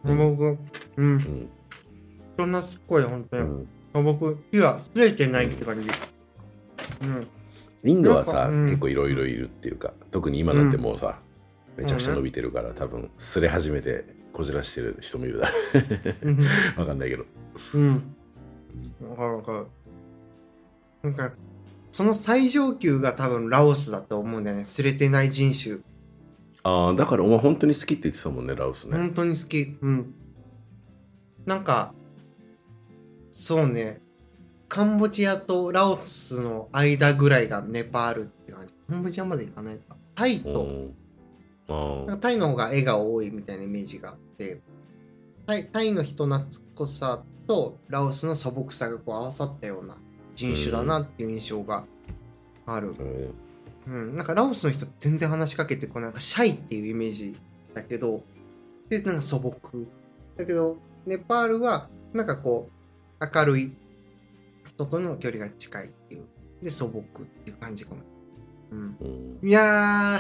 そんなすっごい本当に、僕火はついてないって感じ。 インドはさ、結構いろいろいるっていうか、特に今なんてもうさ、めちゃくちゃ伸びてるから、多分すれ始めてこじらしてる人もいるだろう。わかんないけど。 わかるわかる。なんかその最上級が多分ラオスだと思うんだよね。すれてない人種。 ああ、だからお前本当に好きって言ってたもんね、ラオスね。 本当に好き。なんかそうね、カンボジアとラオスの間ぐらいがネパールって感じ。カンボジアまで行かないか。タイと、なんかタイの方が絵が多いみたいなイメージがあって、タイの人懐っこさとラオスの素朴さがこう合わさったような人種だなっていう印象がある。なんかラオスの人全然話しかけてこない、なんかシャイっていうイメージだけど、でなんか素朴だけど、ネパールはなんかこう明るい人との距離が近いっていうで素朴っていう感じかも。いや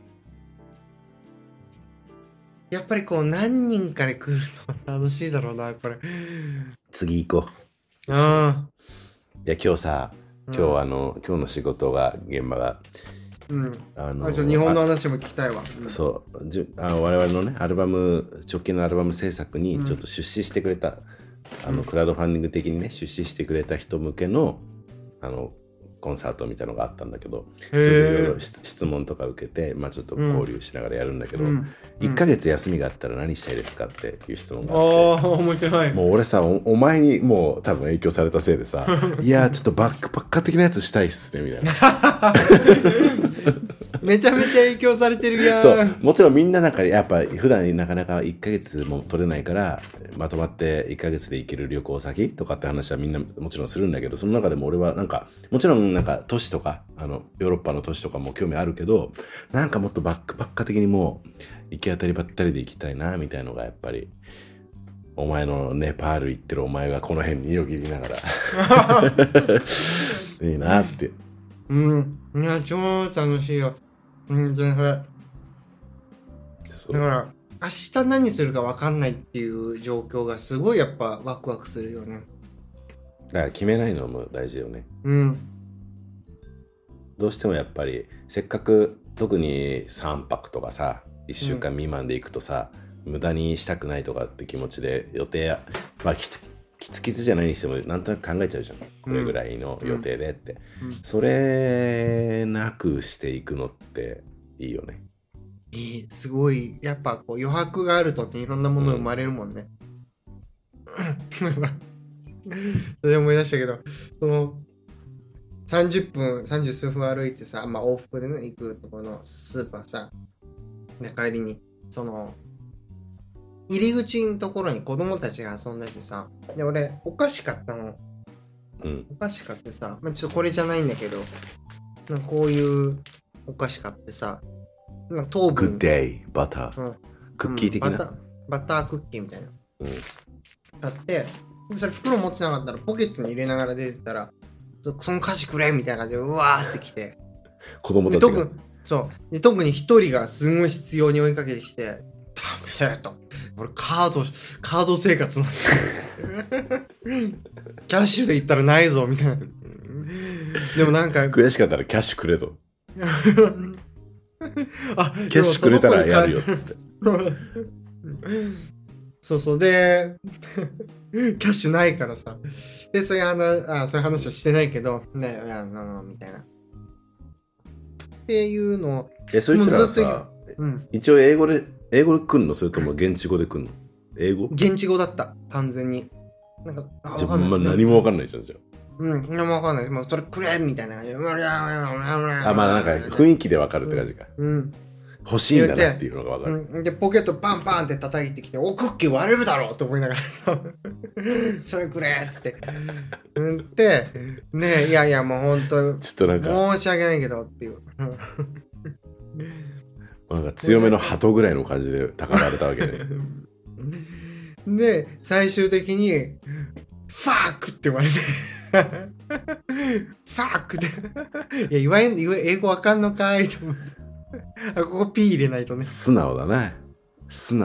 やっぱりこう何人かで来ると楽しいだろうなこれ。 次行こう。いや今日さ、今日の仕事が現場が日本の話も聞きたいわ。 そう我々のね直近のアルバム制作にちょっと出資してくれた、クラウドファンディング的にね出資してくれた人向けのコンサートみたいなのがあったんだけど、それでいろいろ質問とか受けて、まあ、ちょっと交流しながらやるんだけど、1ヶ月休みがあったら何したいですかっていう質問があって、 面白い。 もう俺さ お前にもう多分影響されたせいでさいやちょっとバックパッカー的なやつしたいっすねみたいなめちゃめちゃ影響されてるやん。 そうもちろんみんななんかやっぱ普段なかなか1ヶ月も取れないからまとまって1ヶ月で行ける旅行先とかって話はみんなもちろんするんだけど、その中でも俺はなんかもちろんなんか都市とかヨーロッパの都市とかも興味あるけど、なんかもっとバックパッカー的にもう行き当たりばったりで行きたいなみたいのがやっぱり、お前のネパール行ってるお前がこの辺によぎりながらいいなって。 いや超楽しいよ。だから明日何するか分かんないっていう状況がすごいやっぱワクワクするよね。 だから決めないのも大事よね。どうしてもやっぱりせっかく特に3泊とかさ1週間未満で行くとさ、無駄にしたくないとかって気持ちで予定まあきつじゃないにしてもなんとなく考えちゃうじゃん、これぐらいの予定でって、それなくしていくのっていいよね。 すごいやっぱこう余白があるとっていろんなもの生まれるもんね。それで思い出したけど、その30数分歩いてさ、まあ往復でね行くところのスーパーさ、で帰りにその入り口のところに子供たちが遊んでてさ、で俺お菓子買ったの。お菓子買ってさ、まあ、ちょっとこれじゃないんだけど、なんかこういうお菓子買ってさ、なんか糖分。 グッデイバター、クッキー的な、 バタークッキーみたいな。買って、それ袋持ってなかったらポケットに入れながら出てたら、その菓子くれみたいな感じでうわーってきて、 子供たちがで特に一人がすごい執拗に追いかけてきて、ダメだと、俺カード生活なんだキャッシュで言ったらないぞみたいな。でもなんか悔しかったらキャッシュくれとあ、 キャッシュくれたらやるよっつって。 そうそう。で、キャッシュないからさ。で、そういう話はしてないけど、ね、みたいな。っていうのを。 そいつらはさ、一応英語で来んの？それとも現地語で来んの？英語？ 現地語だった、完全に。なんか、 じゃあ、何もわかんないじゃん、じゃあ。 何もわかんない。もうそれくれみたいな。 まあなんか雰囲気でわかるって感じか。欲しいんだなっていうのがわかる。 で、ポケットパンパンって叩いてきて、クッキー割れるだろうと思いながらさ、それくれっつって。で、ね、いや、もうほんと、 ちょっとなんか、 申し訳ないけどっていう。 なんか強めの鳩ぐらいの感じでたかられたわけね。 で、最終的に、ファークって言われて、ファークって、いや、英語わかんのかいと思って。ここ P 入れないとね。 素直だな。そう。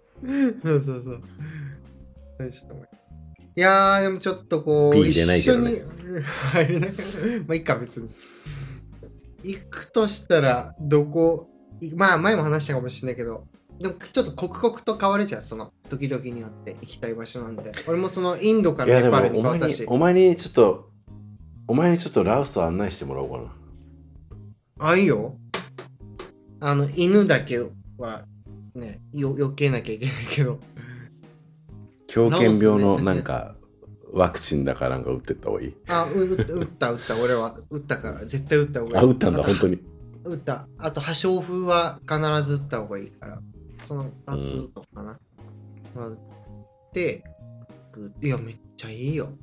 いやー、でもちょっとこう、 P 入れないけどね。 一緒に、まあいいか、別に。行くとしたら、どこ、まあ前も話したかもしれないけど、でもちょっと刻々と変わるじゃん、その時々によって行きたい場所なんで。俺もそのインドからネパールに変わったし。 お前にちょっとラオスを案内してもらおうかな。 あ、いいよ。犬だけはね、避けなきゃいけないけど。 狂犬病のなんかワクチンだかなんか打ってった方がいい？ 打った。俺は打ったから、絶対打った方がいい。 打ったんだ、本当に。 打った。あと、破傷風は必ず打った方がいいから。その2つとかな。で、いや、めっちゃいいよ。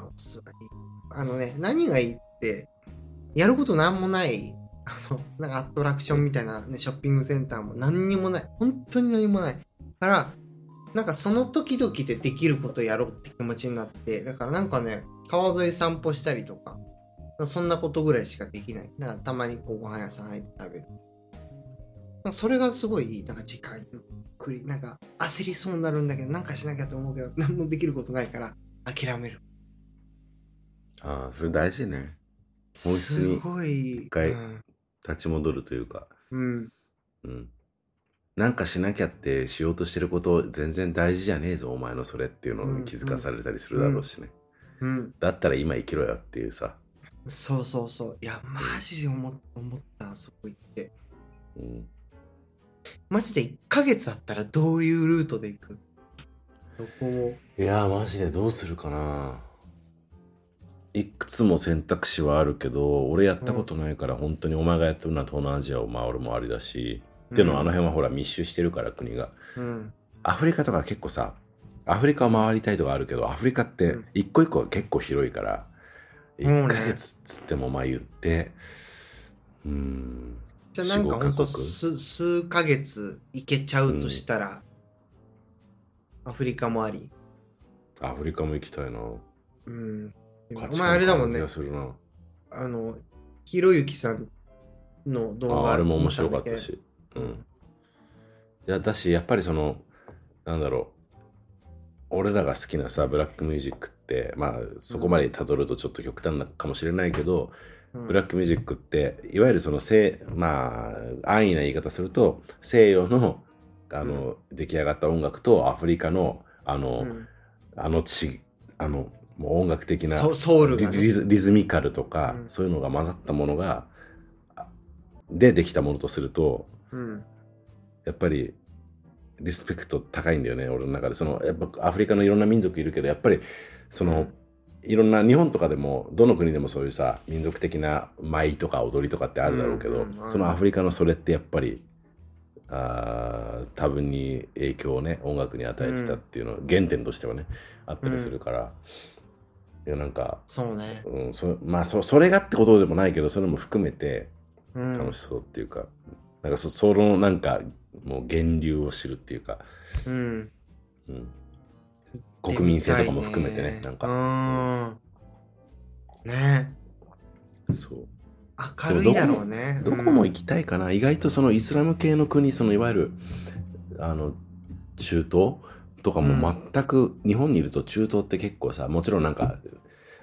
何がいいって、やることなんもない。なんかアトラクションみたいな、ね、ショッピングセンターも何にもない。本当に何もない。から、なんかその時々でできることやろうって気持ちになって、だからなんかね、川沿い散歩したりとか、そんなことぐらいしかできない。だからたまにこうご飯屋さん入って食べる。なんかそれがすごいいい。なんか時間ゆっくり、なんか焦りそうになるんだけど、なんかしなきゃと思うけど、何もできることないから諦める。 ああ、それ大事ね。本質に一回立ち戻るというか。なんかしなきゃってしようとしてること全然大事じゃねえぞ、お前のそれっていうのに気づかされたりするだろうしね。だったら今生きろよっていうさ。 そう。いや、マジで思った、そう言って。マジで1ヶ月あったらどういうルートで行く？どこを？ いや、マジでどうするかな。いくつも選択肢はあるけど、俺やったことないから、本当にお前がやってるのは東南アジアを回るもありだし、っていうのはあの辺はほら密集してるから国が。アフリカとか結構さ、アフリカを回りたいとかあるけど、アフリカって一個一個が結構広いから、1ヶ月っつってもまあ言って、 じゃあなんかほんと数ヶ月行けちゃうとしたら、アフリカもあり。 アフリカも行きたいな。 お前あれだもんね。ひろゆきさんの動画あれも面白かったし。いや、だし、やっぱりその、なんだろう。俺らが好きなさ、ブラックミュージックって、まあ、そこまで辿るとちょっと極端なかもしれないけど、ブラックミュージックって、いわゆるそのまあ、安易な言い方すると、西洋の、出来上がった音楽とアフリカの、もう音楽的なソウルが、ね、 リズミカルとか、そういうのが混ざったものがでできたものとすると、やっぱりリスペクト高いんだよね、俺の中で。やっぱアフリカのいろんな民族いるけど、やっぱりいろんな日本とかでもどの国でもそういうさ民族的な舞とか踊りとかってあるだろうけど、そのアフリカのそれってやっぱり多分に影響をね音楽に与えてたっていうのは原点としてはねあったりするから、いやなんかそうね、 まあそれがってことでもないけど、それも含めて楽しそうっていうか、なんかそのなんかもう源流を知るっていうか、国民性とかも含めてね、なんかね、 そう明るいだろうね。 どこも行きたいかな。意外とそのイスラム系の国、いわゆる中東とかも全く、日本にいると中東って結構さ、もちろんなんか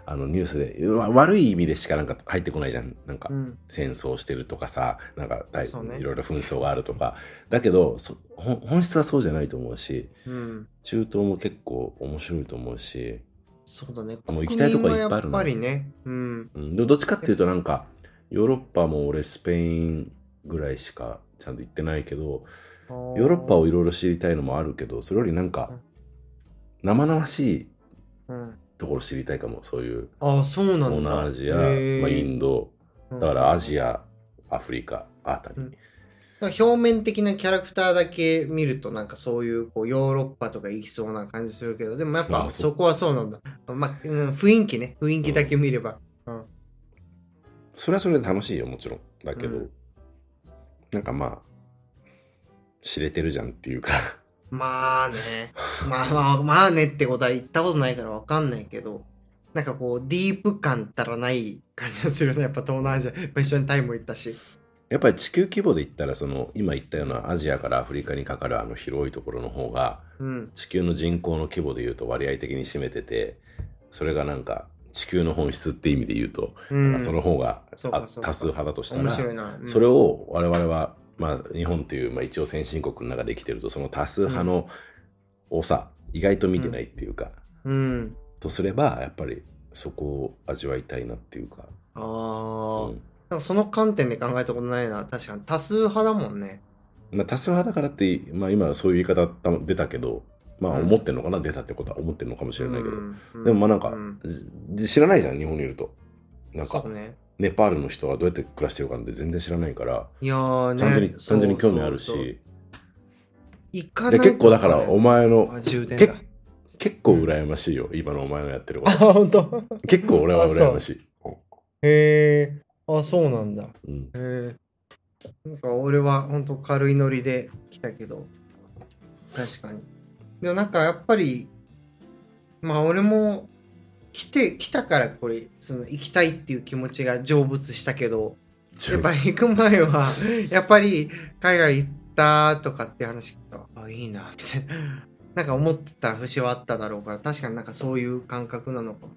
ニュースで悪い意味でしかなんか入ってこないじゃん。なんかうん戦争してるとかさ、なんかそうねいろいろ紛争があるとか。だけど本質はそうじゃないと思うし、 うん中東も結構面白いと思うし、 そうだね。 もう行きたいとこはいっぱいあるな国民はやっぱりね。うん。 でどっちかっていうとなんかヨーロッパも俺スペインぐらいしかちゃんと行ってないけど、ヨーロッパをいろいろ知りたいのもあるけど、それよりなんか生々しいうんところ知りたいかも。そういうああ、そうなんだ。 東南アジア、 へーインド、だからアジア、アフリカあたり、 うんなんか表面的なキャラクターだけ見るとなんかそういうこうヨーロッパとか行きそうな感じするけど、でもやっぱあそうそこはそうなんだ。まあ、雰囲気ね。雰囲気だけ見れば。うんそれはそれで楽しいよ、もちろん。だけど、 うんなんかまあ知れてるじゃんっていうかまあね。まあねってことは言ったことないからわかんないけど、なんかこうディープ感ったらない感じがするね。やっぱ東南アジア。一緒にタイも行ったし。 やっぱり地球規模で言ったら、その今言ったようなアジアからアフリカにかかる広いところの方がうん。 地球の人口の規模で言うと割合的に占めてて、それがなんか地球の本質って意味で言うと、 うんなんかその方がそうかそうか多数派だとしたら、 面白いな。うんそれを我々は、まあ、日本という、まあ、一応先進国の中で生きてると、その多数派のをさ、意外と見てないっていうか、 うん。 とすればやっぱりそこを味わいたいなっていうか、 ああ、 うんなんかその観点で考えたことないな。確かに多数派だもんね。 まあ、多数派だからって、まあ、今はそういう言い方出たけど、まあうん思ってんのかな、出たってことは思ってんのかもしれないけど、 うんでもまあなんか、 うん知らないじゃん、日本にいると。なんかそうね。 ネパールの人はどうやって暮らしてるかなんて全然知らないから、 いやーね。 単純に興味あるそうそうし、 行かないとで結構だからお前のあ充電だ。 結構羨ましいよ、今のお前のやってるこあ、 と。 本当。 結構俺は羨ましい。 へえ。あ、そうなんだ。 うんへえ。なんか俺は本当軽いノリで来たけど、確かに。でもなんかやっぱり、まあ俺も来たからこれ、その行きたいっていう気持ちが成仏したけど、やっぱり行く前は、やっぱり海外行ったとかって話聞いたら、あ、いいな、みたいな。なんか思ってた節はあっただろうから、確かになんかそういう感覚なのかも。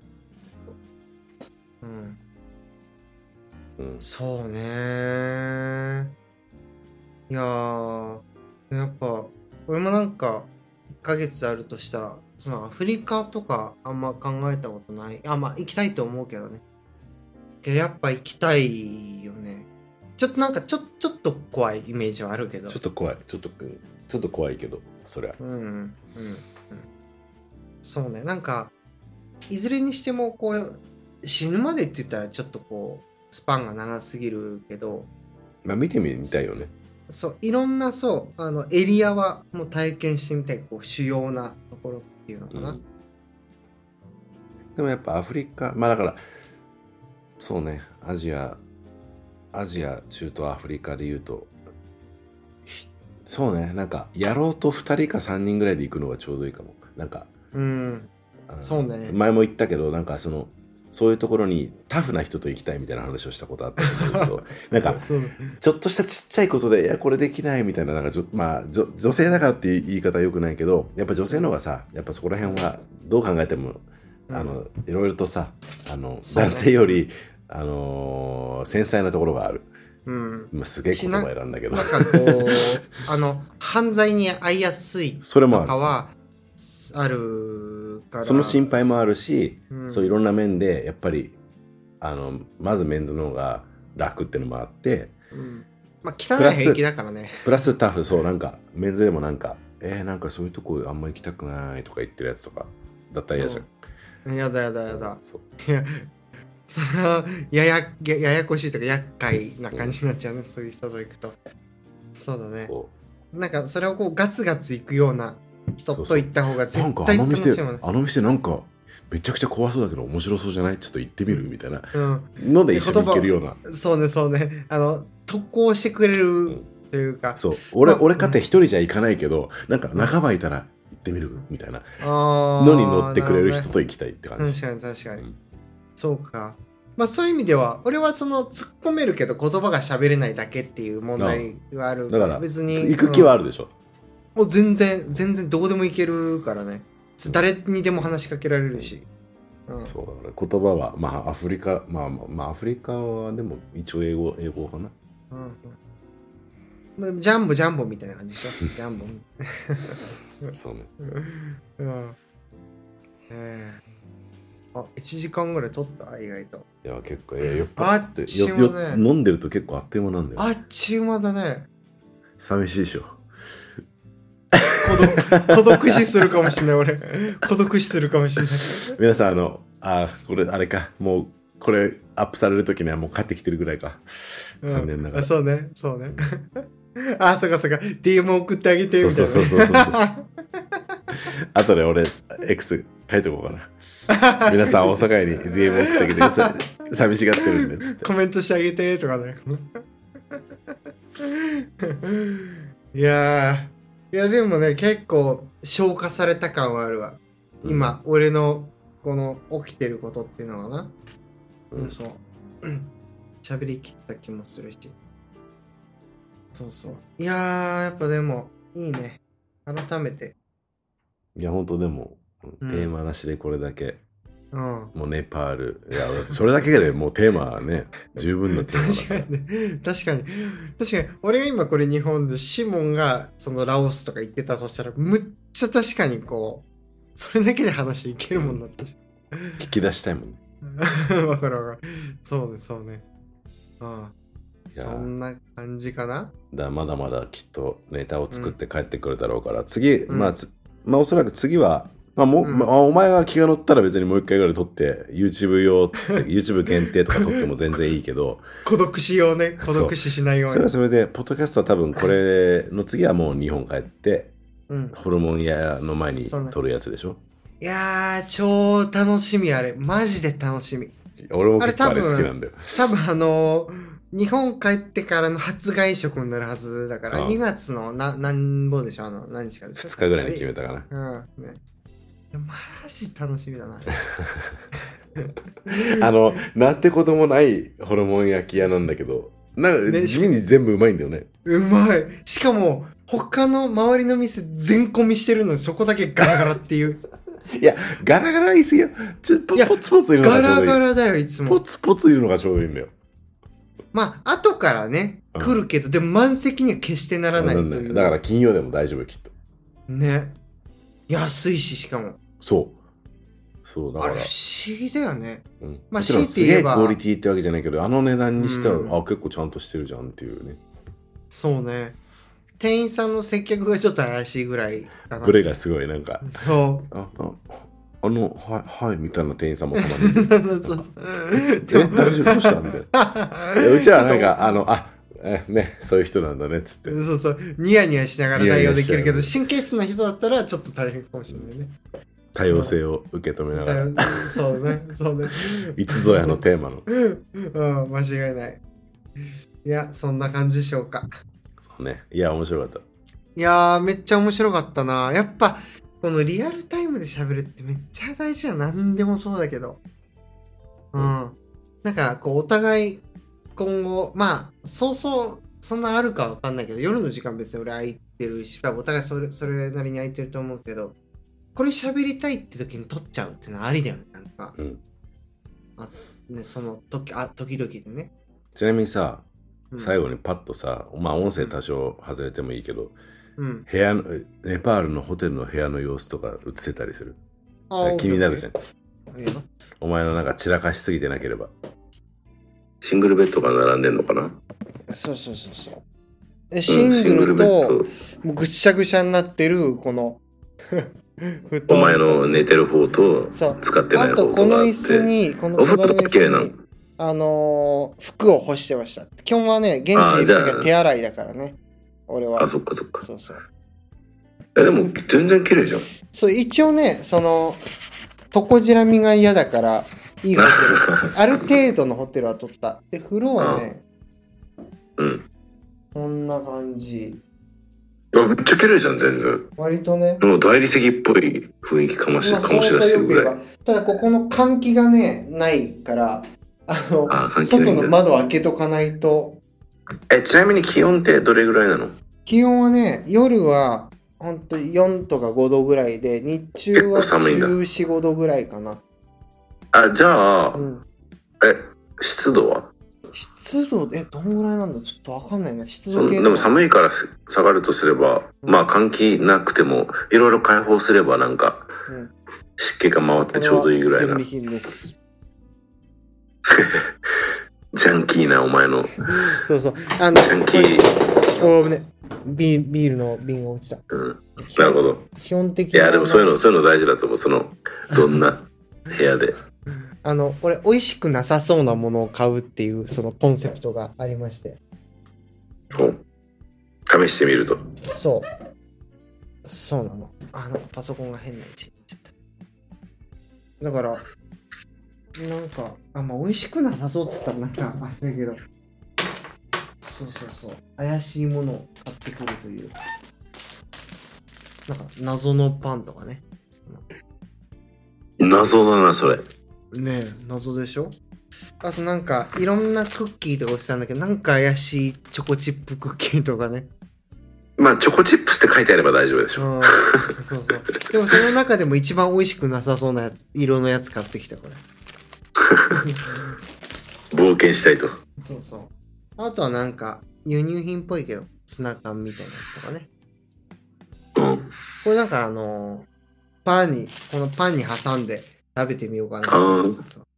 うん。 うんそうね。いやー、やっぱ、俺もなんか、1ヶ月あるとしたら、そのアフリカとかあんま考えたことない。あ、まあ行きたいと思うけどね。けどやっぱ行きたいよね。ちょっとなんかちょっと怖いイメージはあるけど。 ちょっと怖い、ちょっと怖いけど、そりゃ。 うん。そうね。なんか、いずれにしてもこう、死ぬまでって言ったらちょっとこう、スパンが長すぎるけど、 まあ見てみたいよね。 そう、いろんなエリアはもう体験してみたい、こう、主要なところっていうのかな。 でもやっぱアフリカ、まあだから、そうね、アジア、中東アフリカで言うと、そうね、なんか、やろうと2人か3人ぐらいで行くのがちょうどいいかも。なんか、そうね。前も言ったけど、なんかそういうところにタフな人と行きたいみたいな話をしたことあったと思うけど、なんか、ちょっとしたちっちゃいことで、いや、これできないみたいな、なんかまあ、女性だからっていう言い方はよくないけど、やっぱ女性の方がさ、やっぱそこら辺は、どう考えても、いろいろとさ、男性より、繊細なところがある。今すげえ言葉選んだけど。 なんかこう、犯罪に遭いやすいとかはあるから。 その心配もあるし、そういろんな面で、やっぱり、まずメンズの方が楽っていうのもあって、 まあ、汚い平気だからね。 プラスタフ、そう、なんか、メンズでもなんか、なんかそういうとこあんま行きたくないとか言ってるやつとか、だったら嫌じゃん。 やだ。そういや、それはややこしいとか厄介な感じになっちゃうね、そういう人と行くと。そうだね。なんかそれをこうガツガツ行くような人と行った方が絶対楽しいもんね。 あの店なんかめちゃくちゃ怖そうだけど面白そうじゃない？ちょっと行ってみるみたいなので一緒に行けるような。 そうね。特攻してくれるというか。 そう。俺かて一人じゃ行かないけど、なんか仲間いたら行ってみるみたいなのに乗ってくれる人と行きたいって感じ。 確かに。そうか。まあそういう意味では、俺は突っ込めるけど言葉が喋れないだけっていう問題があるだから別に行く気はあるでしょ。 もう全然どこでも行けるからね。誰にでも話しかけられるし。 うん、 そうだね。言葉は、まあアフリカ、まあアフリカはでも一応英語かな。 うん、ジャンボジャンボみたいな感じでしょ。ジャンボ。 そうね。 うん。あ、1時間ぐらい取った意外と。 いや、結構、酔っ払って飲んでると結構あっという間なんだよ。 あっちゅう間だね。 寂しいでしょ。 孤独死するかもしれない、俺。孤独死するかもしれない。 皆さん、これ、あれか、もう、これ、アップされるときにはもう帰ってきてるぐらいか。残念ながら。 そうね。あ、そうか。DM 送ってあげてみたいな。 そう。あとで俺、X 書いておこうかな。皆さん、大阪に DM 送ってあげてください。寂しがってるんで、つって。 コメントしてあげて、とかね。いや、でもね、結構消化された感はあるわ。今、俺のこの起きてることっていうのはな。そう。喋りきった気もするし。そう。いやー、やっぱでも、いいね。改めて。 いや、ほんとでも、テーマなしでこれだけ、 もうネパール。いや、それだけでもうテーマはね、十分のテーマだ。 確かに。俺が今これ日本で、シモンがそのラオスとか言ってたとしたら、むっちゃ確かにこう、それだけで話いけるもんなったし。 聞き出したいもんね。 わかる。そうね。そんな感じかな。 まだまだきっとネタを作って帰ってくるだろうから、次、まあおそらく次は、お前が気が乗ったら別にもう一回ぐらい撮って YouTube 用って YouTube 限定とか撮っても全然いいけど孤独死用ね。孤独死しないように。 それはそれでポッドキャストは多分これの次はもう日本帰って、ホルモン屋の前に撮るやつでしょ。 いやー、超楽しみあれ。マジで楽しみ。 俺も結構あれ好きなんだよ。 多分日本帰ってからの初外食になるはずだから、2月の何本でしょ、何日かでしょ。 2日ぐらいに決めたかな。ね。マジ楽しみだな。 なんてこともないホルモン焼き屋なんだけど、地味に全部うまいんだよね。 うまい。しかも、他の周りの店全込みしてるのにそこだけガラガラっていう。 いや、ガラガラは言い過ぎよ。ポツポツいるのがちょうどいい。 ガラガラだよ、いつも。 ポツポツいるのがちょうどいいんだよ。 まあ、後からね、来るけど、でも満席には決してならないという。 だから金曜でも大丈夫、きっと。 ね。安いし、しかも。 そう、だから。 あれ不思議だよね。 まあ、強いて言えばすげえクオリティってわけじゃないけど、あの値段にしては、結構ちゃんとしてるじゃんっていうね。 そうね。店員さんの接客がちょっと怪しいぐらいかな。ブレがすごい、なんか。 そう。 はい、みたいな店員さんもたまに。 そう。 大丈夫どうしたみたいな。うちはなんか、そういう人なんだねっつって。 そう。ニヤニヤしながら対応できるけど、神経質な人だったらちょっと大変かもしれないね。 多様性を受け止めながら。 そうね。 いつぞやのテーマの。 間違いない。いや、そんな感じでしょうか。 そうね。いや、面白かった。 いやー、めっちゃ面白かったな。やっぱ、このリアルタイムで喋るってめっちゃ大事だ。なんでもそうだけど。なんか、こう、お互い、今後、まあ、そんなあるかわかんないけど、夜の時間別に俺空いてるし、お互いそれなりに空いてると思うけど、これ喋りたいって時に撮っちゃうっていうのはありだよね、なんか。その時々でね。 ちなみにさ、最後にパッとさ、まあ音声多少外れてもいいけど、部屋のネパールのホテルの部屋の様子とか映せたりする。気になるじゃん。お前のなんか散らかしすぎてなければ。シングルベッドが並んでんのかな。 そう。シングルともうぐしゃぐしゃになってるこのお前の寝てる方と使ってない方とがあって。あとこの椅子にこの隣の椅子に服を干してました。基本はね、現地にいる時は手洗いだからね。俺は。 そっか。 そう。 でも全然綺麗じゃん。 そう、一応ね、トコジラミが嫌だから、いいホテル。ある程度のホテルは取った。で、風呂はね、こんな感じ。 めっちゃ綺麗じゃん、全然。 割とね。 もう大理石っぽい雰囲気かもしれないぐらい。 ただ、ここの換気がね、ないから、外の窓を開けとかないと。 ちなみに気温ってどれぐらいなの？ 気温はね、夜はほんと4とか5度ぐらいで、日中は14、5度ぐらいかな。 あ、じゃあ、 うん。 湿度は湿度、どんぐらいなんだちょっとわかんないな。湿で度計とか。 も寒いから下がるとすれば、まあ換気なくても、いろいろ開放すればなんか、 うん。 湿気が回ってちょうどいいぐらいな。 戦利品です。 ジャンキーなお前の。 そうそう。 ジャンキー。 こうね、ビールの瓶が落ちた。 うん。なるほど。 基本的に。 いや、でもそういうの大事だと思う。どんな部屋で。 俺、美味しくなさそうなものを買うっていう、そのコンセプトがありまして。 試してみると。 そうなの。パソコンが変な位置になっちゃった。だから、なんか、まあ、美味しくなさそうっつったらなんかあれだけど、そう。怪しいものを買ってくるという。なんか、謎のパンとかね。 謎だな、それ。 ねえ、謎でしょ？あとなんか、いろんなクッキーとか落ちたんだけど、なんか怪しいチョコチップクッキーとかね。まあ、チョコチップスって書いてあれば大丈夫でしょ。 そう。でもその中でも一番美味しくなさそうなやつ、色のやつ買ってきた、これ。 冒険したいと。 そう。あとはなんか、輸入品っぽいけど、ツナ缶みたいなやつとかね。 うん。 これなんかこのパンに挟んで食べてみようかなと思ってさ。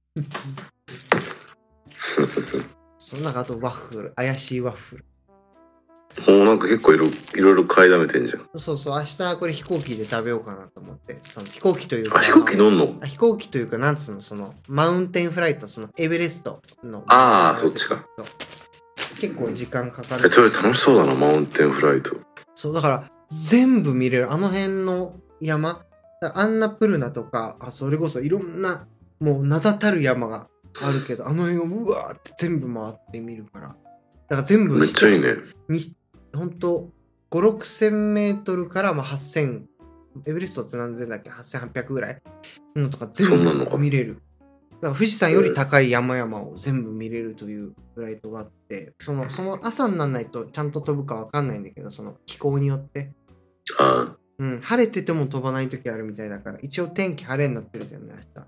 その中あとワッフル、怪しいワッフル。 もうなんか結構いろいろ買いだめてんじゃん。 そう、明日これ飛行機で食べようかなと思って。その飛行機というか。 飛行機乗んの？ 飛行機というか、なんつうの、そのマウンテンフライト、そのエベレストの。 ああ、そっちか。 結構時間かかる。 それ楽しそうだな、マウンテンフライト。 そう、だから全部見れる。あの辺の山。アンナプルナとか、それこそいろんな、もう名だたる山があるけど、あの辺をうわーって全部回ってみるから。だから全部めっちゃいいね。 ほんと、5、6000メートルから8000、エベレストって何千だっけ ?8800 ぐらいのとか全部見れる。だから富士山より高い山々を全部見れるというフライトがあって、その朝にならないとちゃんと飛ぶかわかんないんだけど、その気候によって。うん、晴れてても飛ばない時あるみたいだから、一応天気晴れになってるじゃんね、明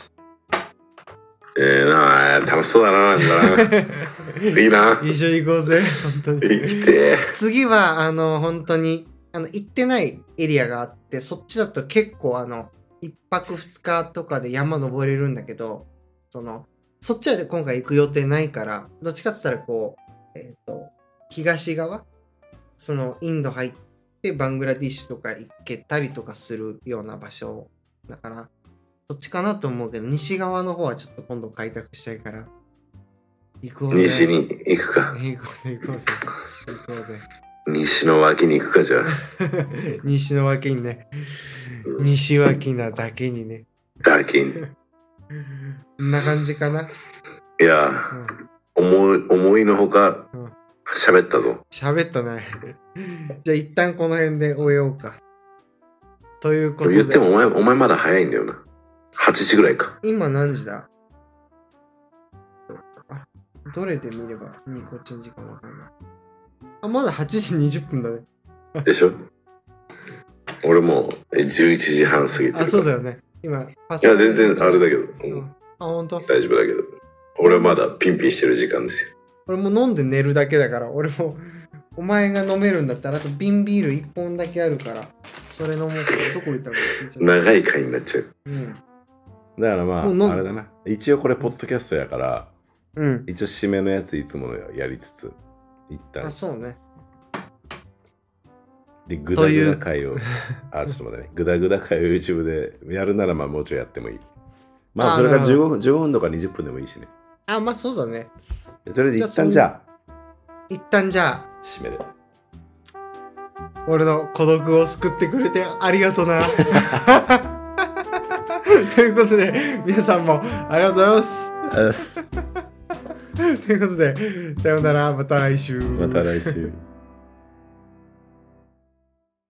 日。楽しそうだな、なんかな。いいな。 一緒に行こうぜ、本当に。 行きてー。 次は、本当に、行ってないエリアがあって、そっちだと結構、1泊2日とかで山登れるんだけど、そっちは今回行く予定ないから、どっちかって言ったらこう、東側、インド入ってバングラディッシュとか行けたりとかするような場所だから、そっちかなと思うけど、西側の方はちょっと今度開拓したいから、行こうぜ。 西に行くか。 行こうぜ。 西の脇に行くか、じゃあ。 西の脇にね。西脇なだけにね。 だけに。 こんな感じかな。 いや、思いのほか、喋ったぞ。 喋ったね。じゃあ一旦この辺で終えようか。ということで。 言ってもお前まだ早いんだよな。8時ぐらいか。 今何時だ？どれで見ればこっちの時間わかんない。まだ8時20分だね。 でしょ？俺もう11時半過ぎてる。 そうだよね。今、 パソコン。いや、全然あれだけど。 本当？ 大丈夫だけど。俺まだピンピンしてる時間ですよ。 俺も飲んで寝るだけだから、俺も、お前が飲めるんだったら、あと瓶ビール1本だけあるから、それ飲もうか。どこ行ったか忘れちゃった。 長い回になっちゃう。だからまあ、あれだな。一応これ、ポッドキャストやから、一応締めのやついつものやりつつ、一旦。 そうね。 で、グダグダ回を、ちょっと待ってね。グダグダ回を YouTube でやるなら、まあもうちょいやってもいい。まあ、それが15分とか20分でもいいしね。 まあそうだね。 とりあえず一旦じゃあ。 締めで。 俺の孤独を救ってくれてありがとな。ということで、皆さんもありがとうございます。ということで、さようなら、また来週。